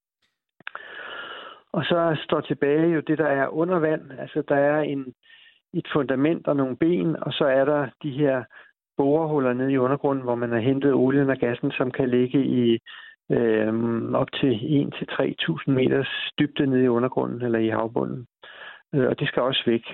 Og så står tilbage jo det, der er under vand. Altså der er en, et fundament og nogle ben, og så er der de her borehuller nede i undergrunden, hvor man har hentet olien og gassen, som kan ligge i øh, op til en til tre tusind meters dybde nede i undergrunden eller i havbunden. Øh, og det skal også væk.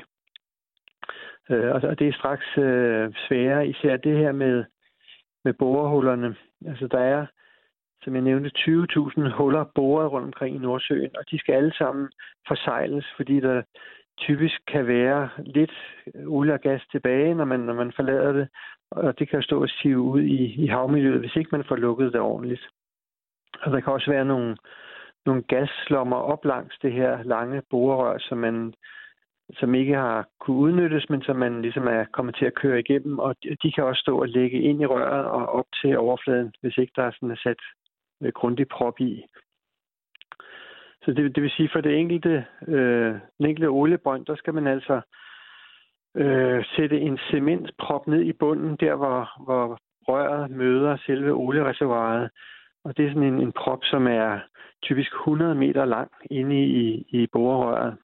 Øh, og det er straks øh, sværere, især det her med, med borehullerne. Altså der er, som jeg nævnte, tyve tusind huller boret rundt omkring i Nordsøen, og de skal alle sammen forsejles, fordi der typisk kan være lidt olie og gas tilbage, når man, når man forlader det, og det kan stå og sive ud i, i havmiljøet, hvis ikke man får lukket det ordentligt. Og der kan også være nogle, nogle gasslommer op langs det her lange borerør, som man som ikke har kunne udnyttes, men som man ligesom er kommet til at køre igennem, og de kan også stå og lægge ind i røret og op til overfladen, hvis ikke der er sådan sat grundig prop i. Så det, det vil sige, for det enkelte, øh, den enkelte oliebrønd, der skal man altså øh, sætte en cementprop ned i bunden, der hvor, hvor røret møder selve oliereservoiret. Og det er sådan en, en prop, som er typisk hundrede meter lang inde i, i borerøret.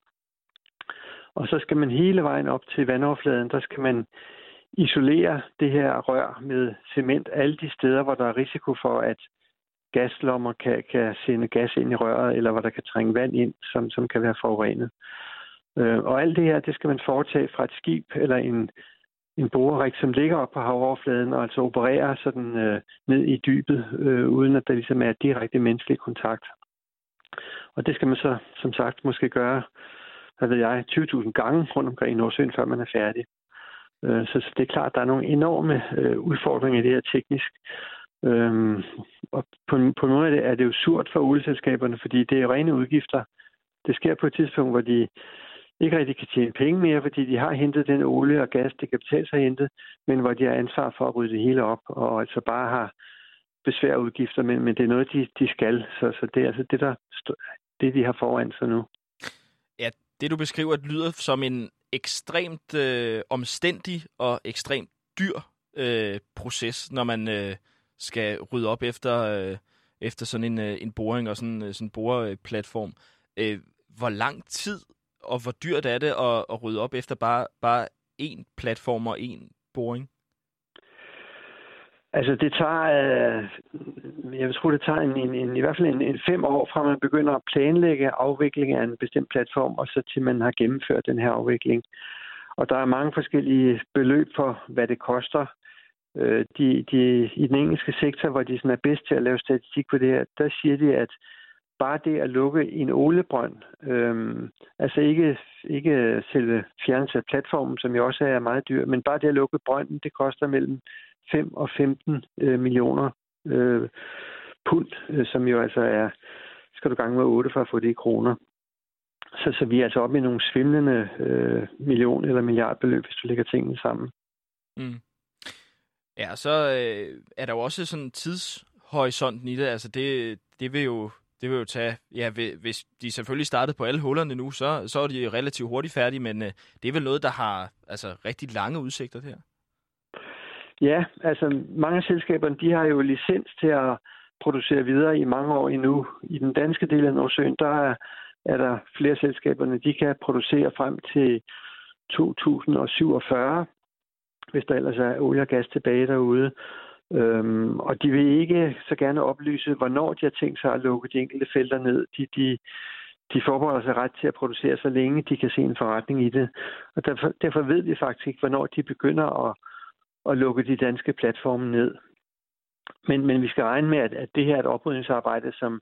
Og så skal man hele vejen op til vandoverfladen, der skal man isolere det her rør med cement alle de steder, hvor der er risiko for, at gaslommer kan, kan sende gas ind i røret, eller hvor der kan trænge vand ind, som, som kan være forurenet. Øh, og alt det her, det skal man foretage fra et skib eller en, en borerig, som ligger op på havoverfladen, og altså opererer sådan øh, ned i dybet, øh, uden at der ligesom er direkte menneskelig kontakt. Og det skal man så, som sagt, måske gøre, hvad ved jeg, tyve tusind gange rundt omkring i Nordsøen, før man er færdig. Øh, så, så det er klart, at der er nogle enorme øh, udfordringer i det her teknisk. Øhm, og på, på en måde er det jo surt for olieselskaberne, fordi det er rene udgifter. Det sker på et tidspunkt, hvor de ikke rigtig kan tjene penge mere, fordi de har hentet den olie og gas, det kan betale sig at hente, men hvor de har ansvar for at rydde det hele op, og altså bare har besvær udgifter, men, men det er noget, de, de skal. Så, så det er altså det, der, det, de har foran sig nu. Ja, det du beskriver, lyder som en ekstremt øh, omstændig og ekstremt dyr øh, proces, når man øh, skal rydde op efter, øh, efter sådan en, øh, en boring og sådan en sådan boreplatform. Øh, hvor lang tid og hvor dyrt er det at, at rydde op efter bare, bare én platform og én boring? Altså det tager, øh, jeg vil tro, det tager en, en, en, i hvert fald en, en fem år fra man begynder at planlægge afvikling af en bestemt platform, og så til man har gennemført den her afvikling. Og der er mange forskellige beløb for, hvad det koster. Øh, de, de, I den engelske sektor, hvor de sådan er bedst til at lave statistik på det her, der siger de, at bare det at lukke en oliebrønd, øh, altså ikke, ikke selve fjernelse af platformen, som jo også er meget dyr, men bare det at lukke brønden, det koster mellem fem og femten øh, millioner øh, pund, øh, som jo altså er, skal du gange med otte for at få det i kroner. Så, så vi er altså oppe i nogle svimlende øh, million- eller milliardbeløb, hvis du lægger tingene sammen. Mm. Ja, så øh, er der jo også sådan tidshorisonten i det. Altså det, det vil jo det vil jo tage, ja, hvis de selvfølgelig startede på alle hullerne nu, så, så er de relativt hurtigt færdige, men øh, det er vel noget, der har altså rigtig lange udsigter her. Ja, altså mange af selskaberne, de har jo licens til at producere videre i mange år endnu. I den danske del af Nordsøen, der er, er der flere selskaberne, de kan producere frem til to tusind syvogfyrre, hvis der ellers er olie og gas tilbage derude. Øhm, og de vil ikke så gerne oplyse, hvornår de har tænkt sig at lukke de enkelte felter ned. De, de, de forbereder sig ret til at producere, så længe de kan se en forretning i det. Og derfor, derfor ved vi faktisk ikke, hvornår de begynder at og lukke de danske platforme ned. Men, men vi skal regne med, at, at det her er et oprydningsarbejde, som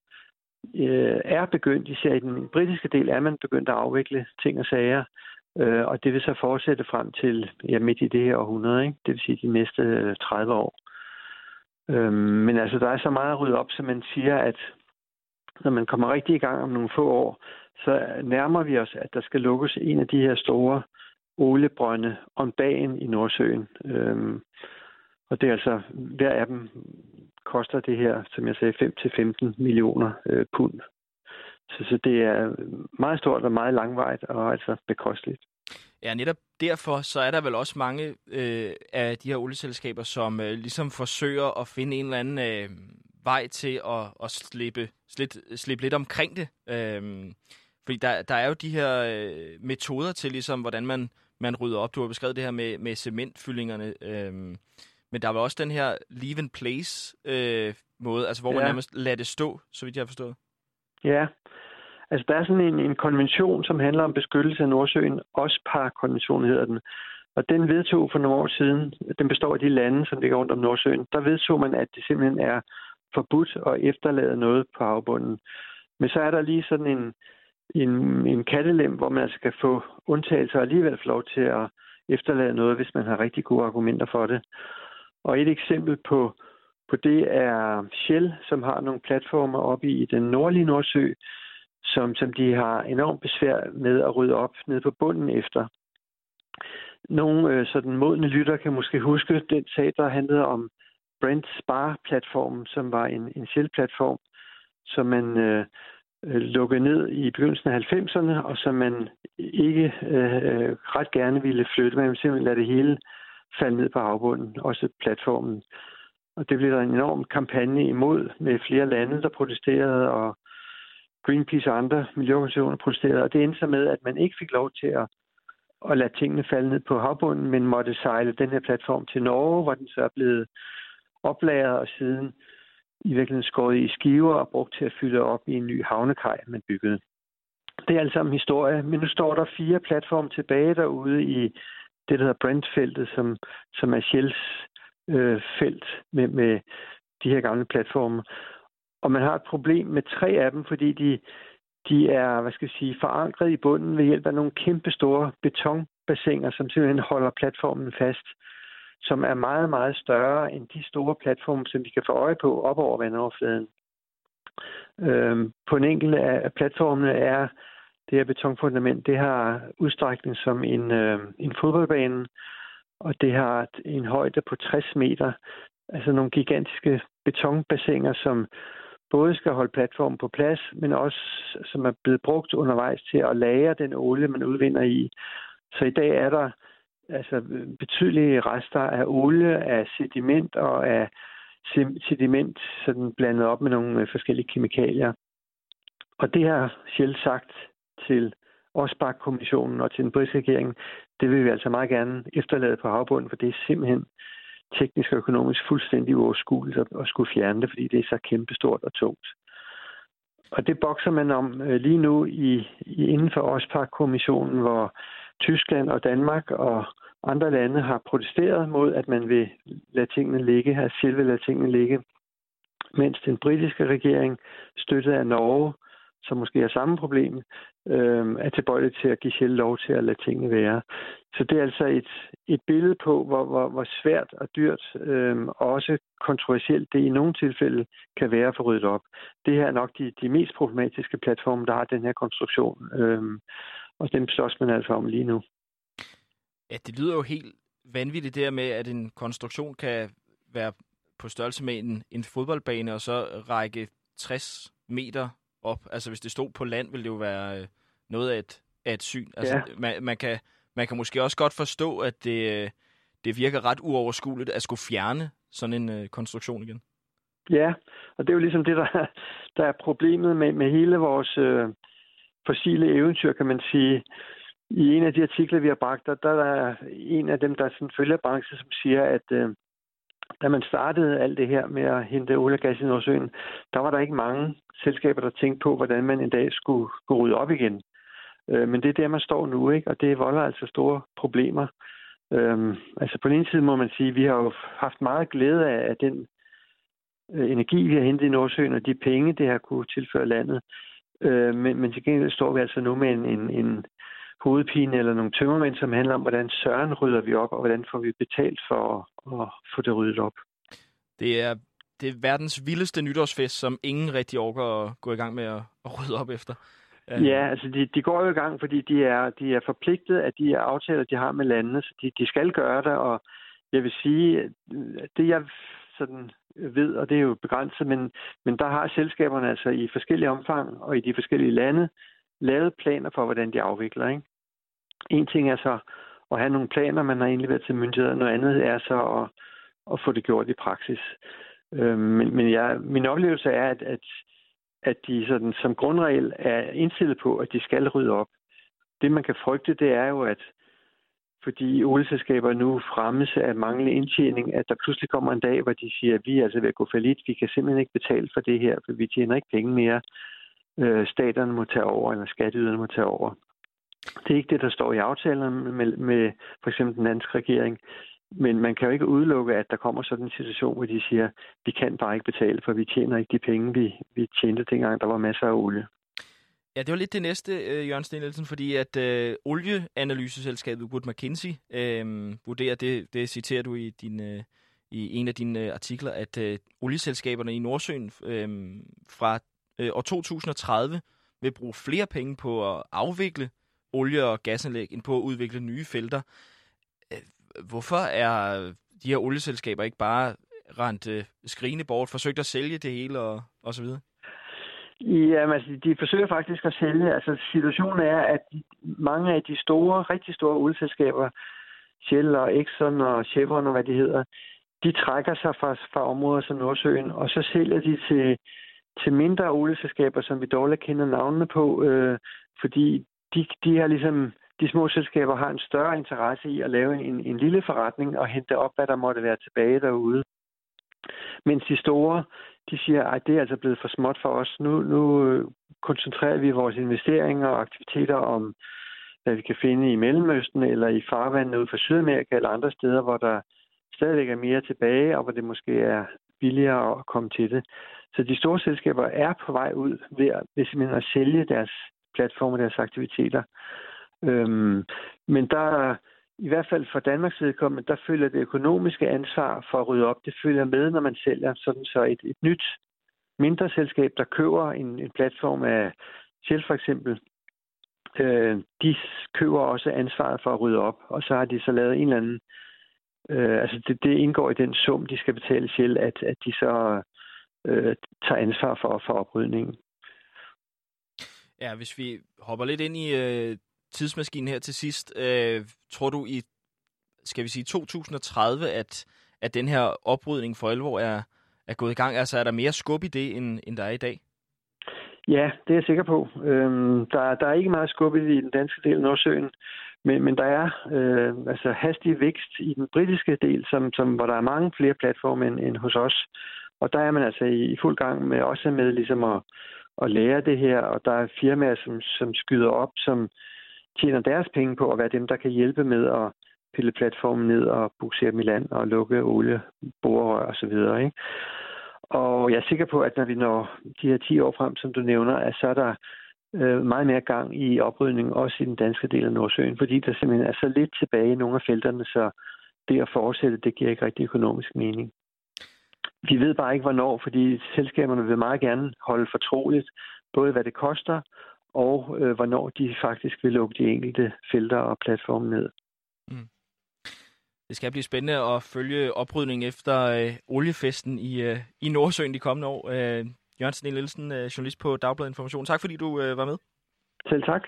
øh, er begyndt. Især i den britiske del er man begyndt at afvikle ting og sager, øh, og det vil så fortsætte frem til ja, midt i det her århundrede, ikke? Det vil sige de næste tredive år. Øh, men altså, der er så meget at rydde op, så man siger, at når man kommer rigtig i gang om nogle få år, så nærmer vi os, at der skal lukkes en af de her store oliebrønde om dagen i Nordsøen. Øhm, og det er altså, hver af dem koster det her, som jeg sagde, fem til femten millioner øh, pund. Så, så det er meget stort og meget langvejt og altså bekosteligt. Ja, netop derfor så er der vel også mange øh, af de her olieselskaber, som øh, ligesom forsøger at finde en eller anden øh, vej til at, at slippe, slippe, slippe lidt omkring det. Øh, fordi der, der er jo de her øh, metoder til, ligesom, hvordan man, man rydder op. Du har beskrevet det her med, med cementfyldingerne. Øh, men der er vel også den her leave in place øh, måde, altså hvor ja. man nærmest lader det stå, så vidt jeg har forstået. Ja, altså der er sådan en, en konvention, som handler om beskyttelse af Nordsøen. OSPAR-konventionen hedder den. Og den vedtog for nogle år siden, den består af de lande, som ligger rundt om Nordsøen. Der vedtog man, at det simpelthen er forbudt at efterlade noget på havbunden. Men så er der lige sådan en En, en kattelem, hvor man altså kan få undtagelser og alligevel få lov til at efterlade noget, hvis man har rigtig gode argumenter for det. Og et eksempel på, på det er Shell, som har nogle platformer oppe i den nordlige Nordsø, som, som de har enormt besvær med at rydde op nede på bunden efter. Nogle øh, sådan modne lytter kan måske huske den sag, der handlede om Brent Spar-platformen, som var en, en Shell-platform, som man øh, lukkede ned i begyndelsen af halvfemserne, og som man ikke øh, ret gerne ville flytte. Man ville simpelthen lade det hele falde ned på havbunden, også platformen. Og det blev der en enorm kampagne imod med flere lande, der protesterede, og Greenpeace og andre miljøorganisationer protesterede. Og det endte så med, at man ikke fik lov til at, at lade tingene falde ned på havbunden, men måtte sejle den her platform til Norge, hvor den så er blevet oplagret og siden i virkeligheden skåret i skiver og brugt til at fylde op i en ny havnekaj, man byggede. Det er alt sammen historie, men nu står der fire platforme tilbage derude i det, der hedder Brent-feltet, som, som er Shells øh, felt med, med de her gamle platforme. Og man har et problem med tre af dem, fordi de, de er, hvad skal jeg sige, forankret i bunden ved hjælp af nogle kæmpe store betonbassiner, som simpelthen holder platformen fast, som er meget, meget større end de store platforme, som vi kan få øje på op over vandoverfladen. Øhm, på en enkelt af platformene er det her betonfundament, det har udstrækning som en, øh, en fodboldbane, og det har en højde på tres meter. Altså nogle gigantiske betonbassiner, som både skal holde platformen på plads, men også som er blevet brugt undervejs til at lagre den olie, man udvinder i. Så i dag er der altså betydelige rester af olie, af sediment og af sediment sådan blandet op med nogle forskellige kemikalier. Og det har Shell sagt til Ospark-kommissionen og til den britiske regering, det vil vi altså meget gerne efterlade på havbunden, for det er simpelthen teknisk og økonomisk fuldstændig uoverskueligt at, at skulle fjerne det, fordi det er så kæmpestort og tungt. Og det bokser man om øh, lige nu i, i inden for Ospark-kommissionen, hvor Tyskland og Danmark og andre lande har protesteret mod, at man vil lade tingene ligge, at Shell vil lade tingene ligge, mens den britiske regering, støttet af Norge, som måske har samme problem, øh, er tilbøjelig til at give Shell lov til at lade tingene være. Så det er altså et, et billede på, hvor, hvor, hvor svært og dyrt, øh, og også kontroversielt det i nogle tilfælde kan være for ryddet op. Det her er nok de, de mest problematiske platforme, der har den her konstruktion, øh, og dem slås man altså om lige nu. Ja, det lyder jo helt vanvittigt der med, at en konstruktion kan være på størrelse med en, en fodboldbane, og så række tres meter op. Altså hvis det stod på land, ville det jo være noget af et, af et syn. Altså, ja. man, man, kan, man kan måske også godt forstå, at det, det virker ret uoverskueligt at skulle fjerne sådan en uh, konstruktion igen. Ja, og det er jo ligesom det, der, der er problemet med, med hele vores øh, fossile eventyr, kan man sige. I en af de artikler, vi har bragt, der, der er en af dem, der sådan følger branchen, som siger, at øh, da man startede alt det her med at hente olie og gas i Nordsøen, der var der ikke mange selskaber, der tænkte på, hvordan man en dag skulle gå rydde op igen. Øh, men det er der, man står nu, ikke? Og det volder altså store problemer. Øh, altså på den ene side må man sige, at vi har jo haft meget glæde af, af den øh, energi, vi har hentet i Nordsøen, og de penge, det har kunne tilføre landet. Øh, men, men til gengæld står vi altså nu med en, en, en hovedpine eller nogle tømmermænd, som handler om, hvordan søren rydder vi op, og hvordan får vi betalt for at, at få det ryddet op. Det er, det er verdens vildeste nytårsfest, som ingen rigtig orker at gå i gang med at, at rydde op efter. Ja, altså de, de går jo i gang, fordi de er, de er forpligtet af de aftaler, de har med landene, så de, de skal gøre det, og jeg vil sige, det jeg sådan ved, og det er jo begrænset, men, men der har selskaberne altså i forskellige omfang og i de forskellige lande lavet planer for, hvordan de afvikler, ikke? En ting er så at have nogle planer, man har indleveret til myndigheder. Noget andet er så at, at få det gjort i praksis. Øh, men men jeg, min oplevelse er, at, at, at de sådan, som grundregel er indstillet på, at de skal rydde op. Det, man kan frygte, det er jo, at fordi olieselskaber nu fremmes af manglende indtjening, at der pludselig kommer en dag, hvor de siger, at vi er altså ved at gå fallit. Vi kan simpelthen ikke betale for det her, for vi tjener ikke penge mere. Øh, staterne må tage over, eller skatteyderne må tage over. Det er ikke det, der står i aftalerne med, med for eksempel den danske regering. Men man kan jo ikke udelukke, at der kommer sådan en situation, hvor de siger, vi kan bare ikke betale, for vi tjener ikke de penge, vi, vi tjente dengang, der var masser af olie. Ja, det var lidt det næste, øh, Jørgen Steen Nielsen, fordi at øh, olieanalyseselskabet Wood Mackenzie øh, vurderer, det, det citerer du i, din, øh, i en af dine øh, artikler, at øh, olieselskaberne i Nordsøen øh, fra øh, år to tusind og tredive vil bruge flere penge på at afvikle olie- og gasanlæg, end på at udvikle nye felter. Hvorfor er de her olieselskaber ikke bare rent øh, skrigende bort, forsøgt at sælge det hele og, og så videre? Jamen, altså, de forsøger faktisk at sælge. Altså, situationen er, at de, mange af de store, rigtig store olieselskaber, Shell og Exxon og Chevron og hvad de hedder, de trækker sig fra, fra områder som Nordsøen, og så sælger de til, til mindre olieselskaber, som vi dårligt kender navnene på, øh, fordi de, de har ligesom... De små selskaber har en større interesse i at lave en, en lille forretning og hente op, hvad der måtte være tilbage derude. Mens de store, de siger, at det er altså blevet for småt for os. Nu, nu koncentrerer vi vores investeringer og aktiviteter om, hvad vi kan finde i Mellemøsten eller i farvandene ude for Sydamerika eller andre steder, hvor der stadigvæk er mere tilbage, og hvor det måske er billigere at komme til det. Så de store selskaber er på vej ud ved, ved simpelthen at sælge deres platforme, deres aktiviteter. Øhm, men der, i hvert fald for Danmarks vedkommende, der følger det økonomiske ansvar for at rydde op. Det følger med, når man sælger sådan så et, et nyt mindre selskab, der køber en, en platform af Shell for eksempel. Øh, de køber også ansvaret for at rydde op, og så har de så lavet en eller anden, øh, altså det, det indgår i den sum, de skal betale Shell, at, at de så øh, tager ansvar for, for oprydningen. Ja, hvis vi hopper lidt ind i øh, tidsmaskinen her til sidst, øh, tror du i, skal vi sige to tusind og tredive, at, at den her oprydning for alvor er, er gået i gang? Altså er der mere skub i det, end, end der er i dag? Ja, det er jeg sikker på. Øhm, der, der er ikke meget skub i den danske del af Nordsøen, men, men der er øh, altså hastig vækst i den britiske del, som, som, hvor der er mange flere platforme end, end hos os. Og der er man altså i, i fuld gang med også med ligesom at, at lære det her, og der er firmaer, som, som skyder op, som tjener deres penge på at være dem, der kan hjælpe med at pille platformen ned og buksere dem i land og lukke olie, borerør og så videre, ikke? Og jeg er sikker på, at når vi når de her ti år frem, som du nævner, at så er der øh, meget mere gang i oprydning, også i den danske del af Nordsøen, fordi der simpelthen er så lidt tilbage i nogle af felterne, så det at fortsætte, det giver ikke rigtig økonomisk mening. Vi ved bare ikke, hvornår, fordi selskaberne vil meget gerne holde fortroligt, både hvad det koster, og øh, hvornår de faktisk vil lukke de enkelte felter og platforme ned. Mm. Det skal blive spændende at følge oprydningen efter øh, oliefesten i, øh, i Nordsøen de kommende år. Øh, Jørgen Sne Nielsen, øh, journalist på Dagbladet Information. Tak fordi du øh, var med. Selv tak.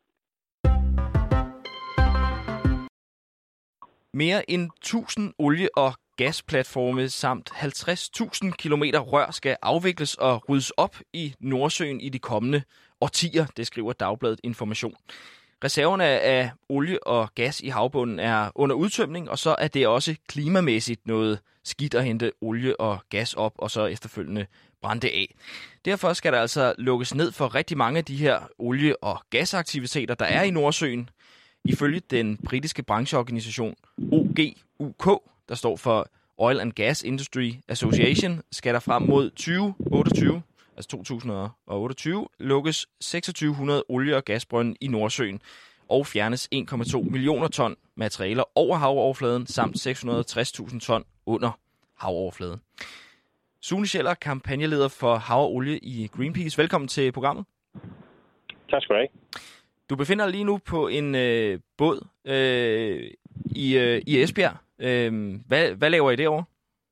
Mere end tusind olie- og gasplatforme samt halvtreds tusind kilometer rør skal afvikles og ryddes op i Nordsøen i de kommende årtier, det skriver Dagbladet Information. Reserverne af olie og gas i havbunden er under udtømning, og så er det også klimamæssigt noget skidt at hente olie og gas op, og så efterfølgende brænde det af. Derfor skal der altså lukkes ned for rigtig mange af de her olie- og gasaktiviteter, der er i Nordsøen. Ifølge den britiske brancheorganisation O G U K, der står for Oil and Gas Industry Association, skal der frem mod tyve otteogtyve, altså to tusind otteogtyve, lukkes seksogtyve hundrede olie- og gasbrønde i Nordsøen og fjernes en komma to millioner ton materialer over havoverfladen samt seks hundrede og tres tusind ton under havoverfladen. Sune Scheller, kampagneleder for hav og olie i Greenpeace. Velkommen til programmet. Tak skal du have. Du befinder dig lige nu på en øh, båd øh, i, øh, i Esbjerg. Øh, hvad, hvad laver I derovre?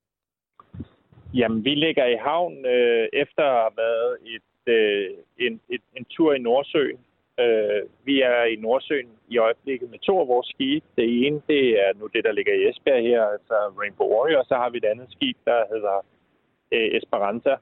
Jamen, vi ligger i havn øh, efter at have været et, øh, en, et, en tur i Nordsøen. Øh, vi er i Nordsøen i øjeblikket med to af vores skibe. Det ene, det er nu det, der ligger i Esbjerg her, altså Rainbow Warrior, og så har vi et andet skib, der hedder øh, Esperanza.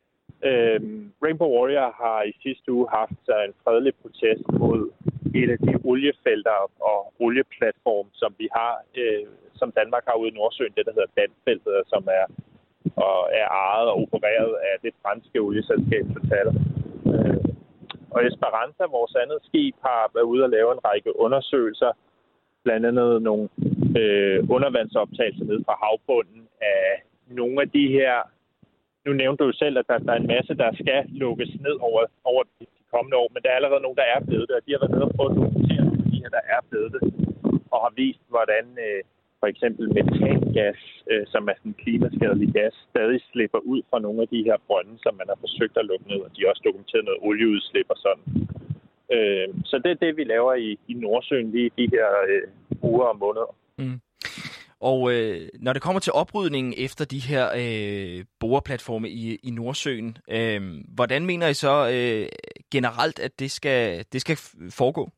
Øh, Rainbow Warrior har i sidste uge haft en fredelig protest mod et af de oliefelter og olieplatform, som vi har, øh, som Danmark har ude i Nordsøen, det der hedder Danfeltet, som er og er ejet og opereret af det franske olieselskab Total. Øh, og Esperanza, vores andet skib, har været ude og lave en række undersøgelser, blandt andet nogle øh, undervandsoptagelser ned fra havbunden af nogle af de her. Nu nævnte du selv, at der, der er en masse, der skal lukkes ned over, over de kommende år, men der er allerede nogle, der er blevet det, og de har været nede og prøvet at dokumentere de her, der er blevet det, og har vist, hvordan øh, for eksempel metangas, øh, som er sådan en klimaskadelig gas, stadig slipper ud fra nogle af de her brønde, som man har forsøgt at lukke ned, og de har også dokumenteret noget olieudslip og sådan. Øh, så det er det, vi laver i, i Nordsøen lige de her øh, uger og måneder. Mm. Og øh, når det kommer til oprydningen efter de her øh, boreplatforme i, i Nordsøen, øh, hvordan mener I så øh, generelt, at det skal, det skal foregå?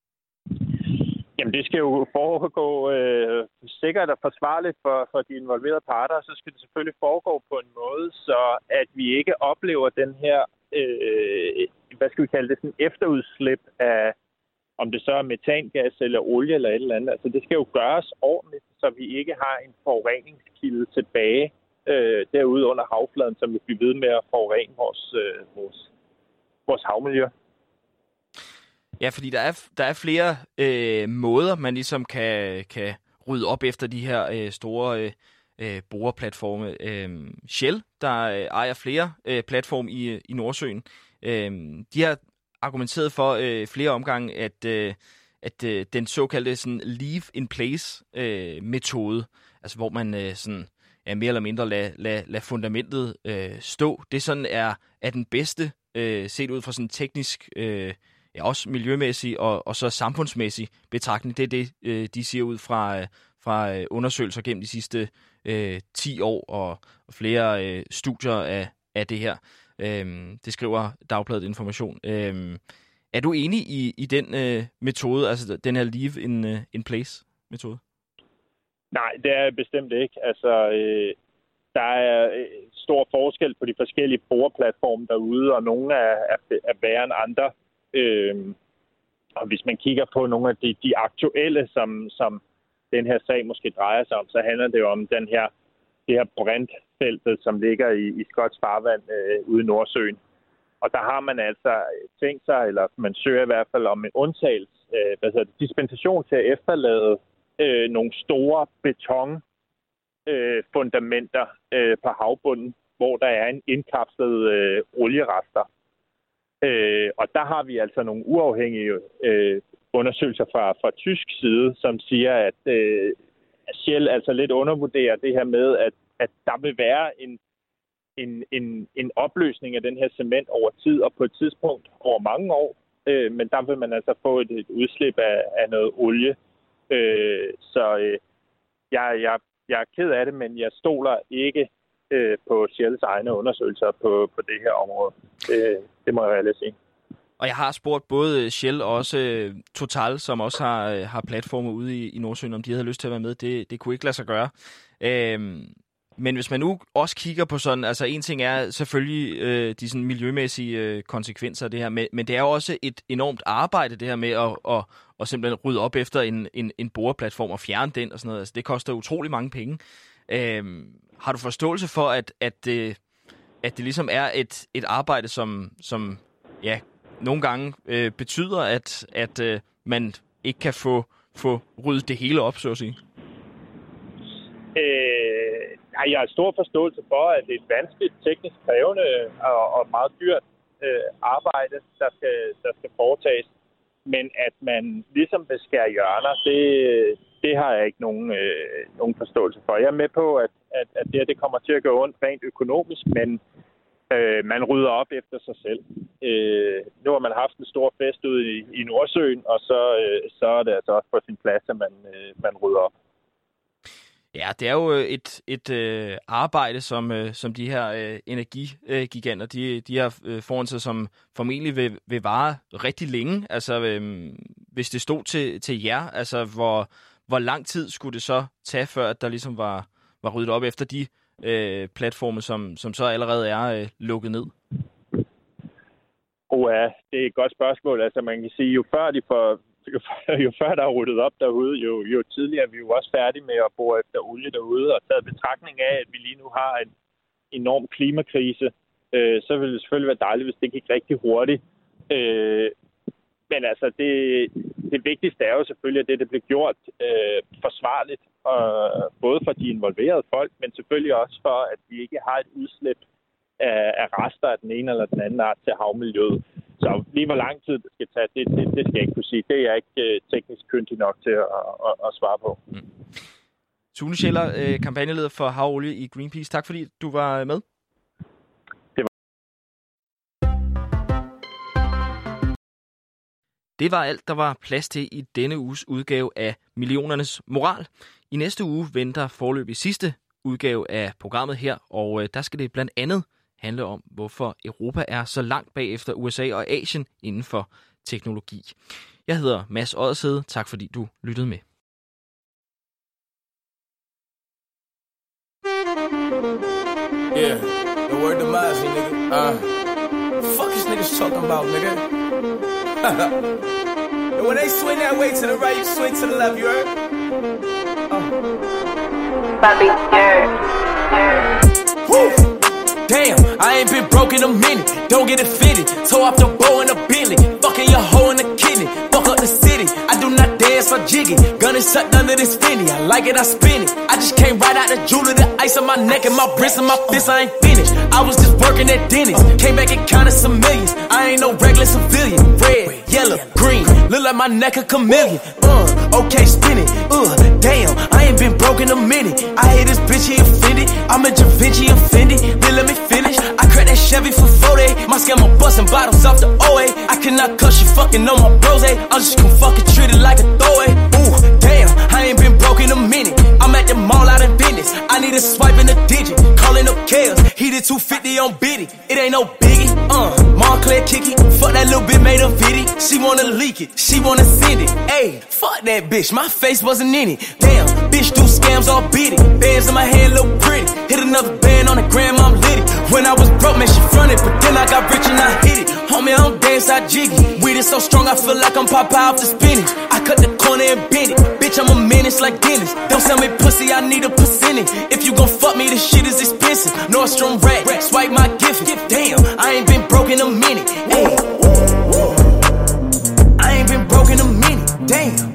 Jamen, det skal jo foregå øh, sikkert og forsvarligt for, for de involverede parter, og så skal det selvfølgelig foregå på en måde, så at vi ikke oplever den her, øh, hvad skal vi kalde det, sådan efterudslip af, om det så er metangas eller olie eller et eller andet. Altså, det skal jo gøres ordentligt, så vi ikke har en forureningskilde tilbage øh, derude under havfladen, som vil blive ved med at forurene vores, øh, vores, vores havmiljø. Ja, fordi der er, der er flere øh, måder, man ligesom kan, kan rydde op efter de her øh, store øh, boreplatforme. Øh, Shell, der øh, ejer flere øh, platforme i, i Nordsøen, øh, de har argumenteret for øh, flere omgange, at, øh, at øh, den såkaldte sådan, leave-in-place-metode, øh, altså hvor man øh, sådan, ja, mere eller mindre lader lad, lad fundamentet øh, stå, det sådan er, er den bedste, øh, set ud fra sådan teknisk, øh, ja, også miljømæssig og, og så samfundsmæssig betragtning. Det er det, øh, de siger ud fra, øh, fra øh, undersøgelser gennem de sidste øh, ti år og, og flere øh, studier af, af det her. Øhm, det skriver Dagbladet Information. Øhm, er du enig i, i den øh, metode, altså den her leave-in-place-metode? Nej, det er jeg bestemt ikke. Altså, øh, der er stor forskel på de forskellige boreplatforme derude, og nogle er, er, er værre end andre. Øh, og hvis man kigger på nogle af de, de aktuelle, som, som den her sag måske drejer sig om, så handler det jo om den her, det her brintfeltet, som ligger i, i skotsk farvand øh, ude i Nordsøen. Og der har man altså tænkt sig, eller man søger i hvert fald om en undtagelse, øh, hvad hedder det, dispensation til at efterlade øh, nogle store beton øh, fundamenter øh, på havbunden, hvor der er en indkapslet øh, olierester. Øh, og der har vi altså nogle uafhængige øh, undersøgelser fra, fra tysk side, som siger, at øh, Shell altså lidt undervurderer det her med, at, at der vil være en, en, en, en opløsning af den her cement over tid, og på et tidspunkt over mange år. Øh, men der vil man altså få et, et udslip af, af noget olie. Øh, så øh, jeg, jeg, jeg er ked af det, men jeg stoler ikke øh, på Shells egne undersøgelser på, på det her område. Øh, det må jeg ærligt sige. Og jeg har spurgt både Shell og også Total, som også har, har platformer ude i, i Nordsøen, om de havde lyst til at være med. Det, det kunne ikke lade sig gøre. Øhm, men hvis man nu også kigger på sådan, altså en ting er selvfølgelig øh, de sådan miljømæssige øh, konsekvenser af det her, men, men det er jo også et enormt arbejde, det her med at, at, at simpelthen rydde op efter en, en, en boreplatform og fjerne den og sådan noget. Altså, det koster utrolig mange penge. Øhm, har du forståelse for, at, at, det, at det ligesom er et, et arbejde, som, som ja, nogle gange øh, betyder, at, at øh, man ikke kan få, få ryddet det hele op, så at sige? Øh, jeg har stor forståelse for, at det er et vanskeligt, teknisk krævende og, og meget dyrt øh, arbejde, der skal, der skal foretages. Men at man ligesom beskærer hjørner, det, det har jeg ikke nogen, øh, nogen forståelse for. Jeg er med på, at, at, at det her det kommer til at gå ondt rent økonomisk, men Øh, man rydder op efter sig selv. Øh, nu har man haft en stor fest ude i, i Nordsøen, og så, øh, så er det altså også på sin plads, at man, øh, man rydder op. Ja, det er jo et, et øh, arbejde, som, øh, som de her øh, energigiganter, de, de har øh, foran sig, som formentlig vil, vil vare rigtig længe. Altså, øh, hvis det stod til, til jer, altså, hvor, hvor lang tid skulle det så tage, før at der ligesom var, var ryddet op efter de Øh, platforme, som, som så allerede er øh, lukket ned? Oh ja, det er et godt spørgsmål. Altså man kan sige, jo før, de får, jo, før, jo før der er ryddet op derude, jo, jo tidligere er vi jo også færdige med at bore efter olie derude, og taget betragtning af, at vi lige nu har en enorm klimakrise, øh, så vil det selvfølgelig være dejligt, hvis det gik rigtig hurtigt. Øh, men altså, det, det vigtigste er jo selvfølgelig, at det, det bliver gjort øh, forsvarligt, og både for de involverede folk, men selvfølgelig også for, at vi ikke har et udslip af, af rester af den ene eller den anden art til havmiljøet. Så lige hvor lang tid det skal tage, det, det, det skal jeg ikke kunne sige. Det er jeg ikke øh, teknisk kyndig nok til at, at, at svare på. Mm. Sune Scheller, øh, kampagneleder for havolie i Greenpeace. Tak fordi du var med. Det var alt, der var plads til i denne uges udgave af Millionernes Moral. I næste uge venter foreløbig sidste udgave af programmet her, og der skal det blandt andet handle om, hvorfor Europa er så langt bagefter U S A og Asien inden for teknologi. Jeg hedder Mads Oddershede. Tak fordi du lyttede med. Yeah, the word to Mozzie, nigga. Uh, fuck is niggas talking about, nigga? And when they swing that way to the right, you swing to the left, you heard? Uh. Bobby, yeah, yeah. Woo! Damn, I ain't been broke in a minute. Don't get it fitted. Toe off the bow in a Bentley. Fucking your hoe in the kidney. Fuck up the city. I do not dance or jiggy. Gun is sucked under this Fendi. I like it, I spin it. I just came right out the jeweler. The ice on my neck and my wrist and my fist. I ain't finished. I was just working at Denny's. Came back and counted some millions. I ain't no regular civilian. Red, yellow, green. Look like my neck a chameleon. Uh, okay, spin it. Uh, damn, I ain't been broke in a minute. I hate this bitch, he offended. I'm a Da Vinci offended. Then let me finish. I cracked that Chevy for forty. My scammer busting bottles off the O A. I cannot cuss, she fucking on my bros. I'm just gonna fucking treat it like a throwaway. Ooh, damn, I ain't been broke in a minute. I'm at the mall out in business. I need a swipe in a digit. Calling up Kales. He did two fifty on Biddy. It ain't no biggie. Uh, Montclair kicky. Fuck that. that little bit made a video. She wanna leak it, she wanna send it. Ayy, fuck that bitch, my face wasn't in it. Damn, bitch do scams, all beat it. Bands in my hand look pretty. Hit another band on the gram, I'm litty. When I was broke, man, she fronted, but then I got rich and I hit it. Homie, I don't dance, I jiggy. Weed is so strong, I feel like I'm Popeye off the spinach. I cut the corner and bend it. Bitch, I'm a menace like Dennis. Don't sell me pussy, I need a percentage. If you gon' fuck me, this shit is expensive. Nordstrom rack, swipe my gift. Damn, I ain't been broke in a minute. Ay. I ain't been broke in a minute. Damn.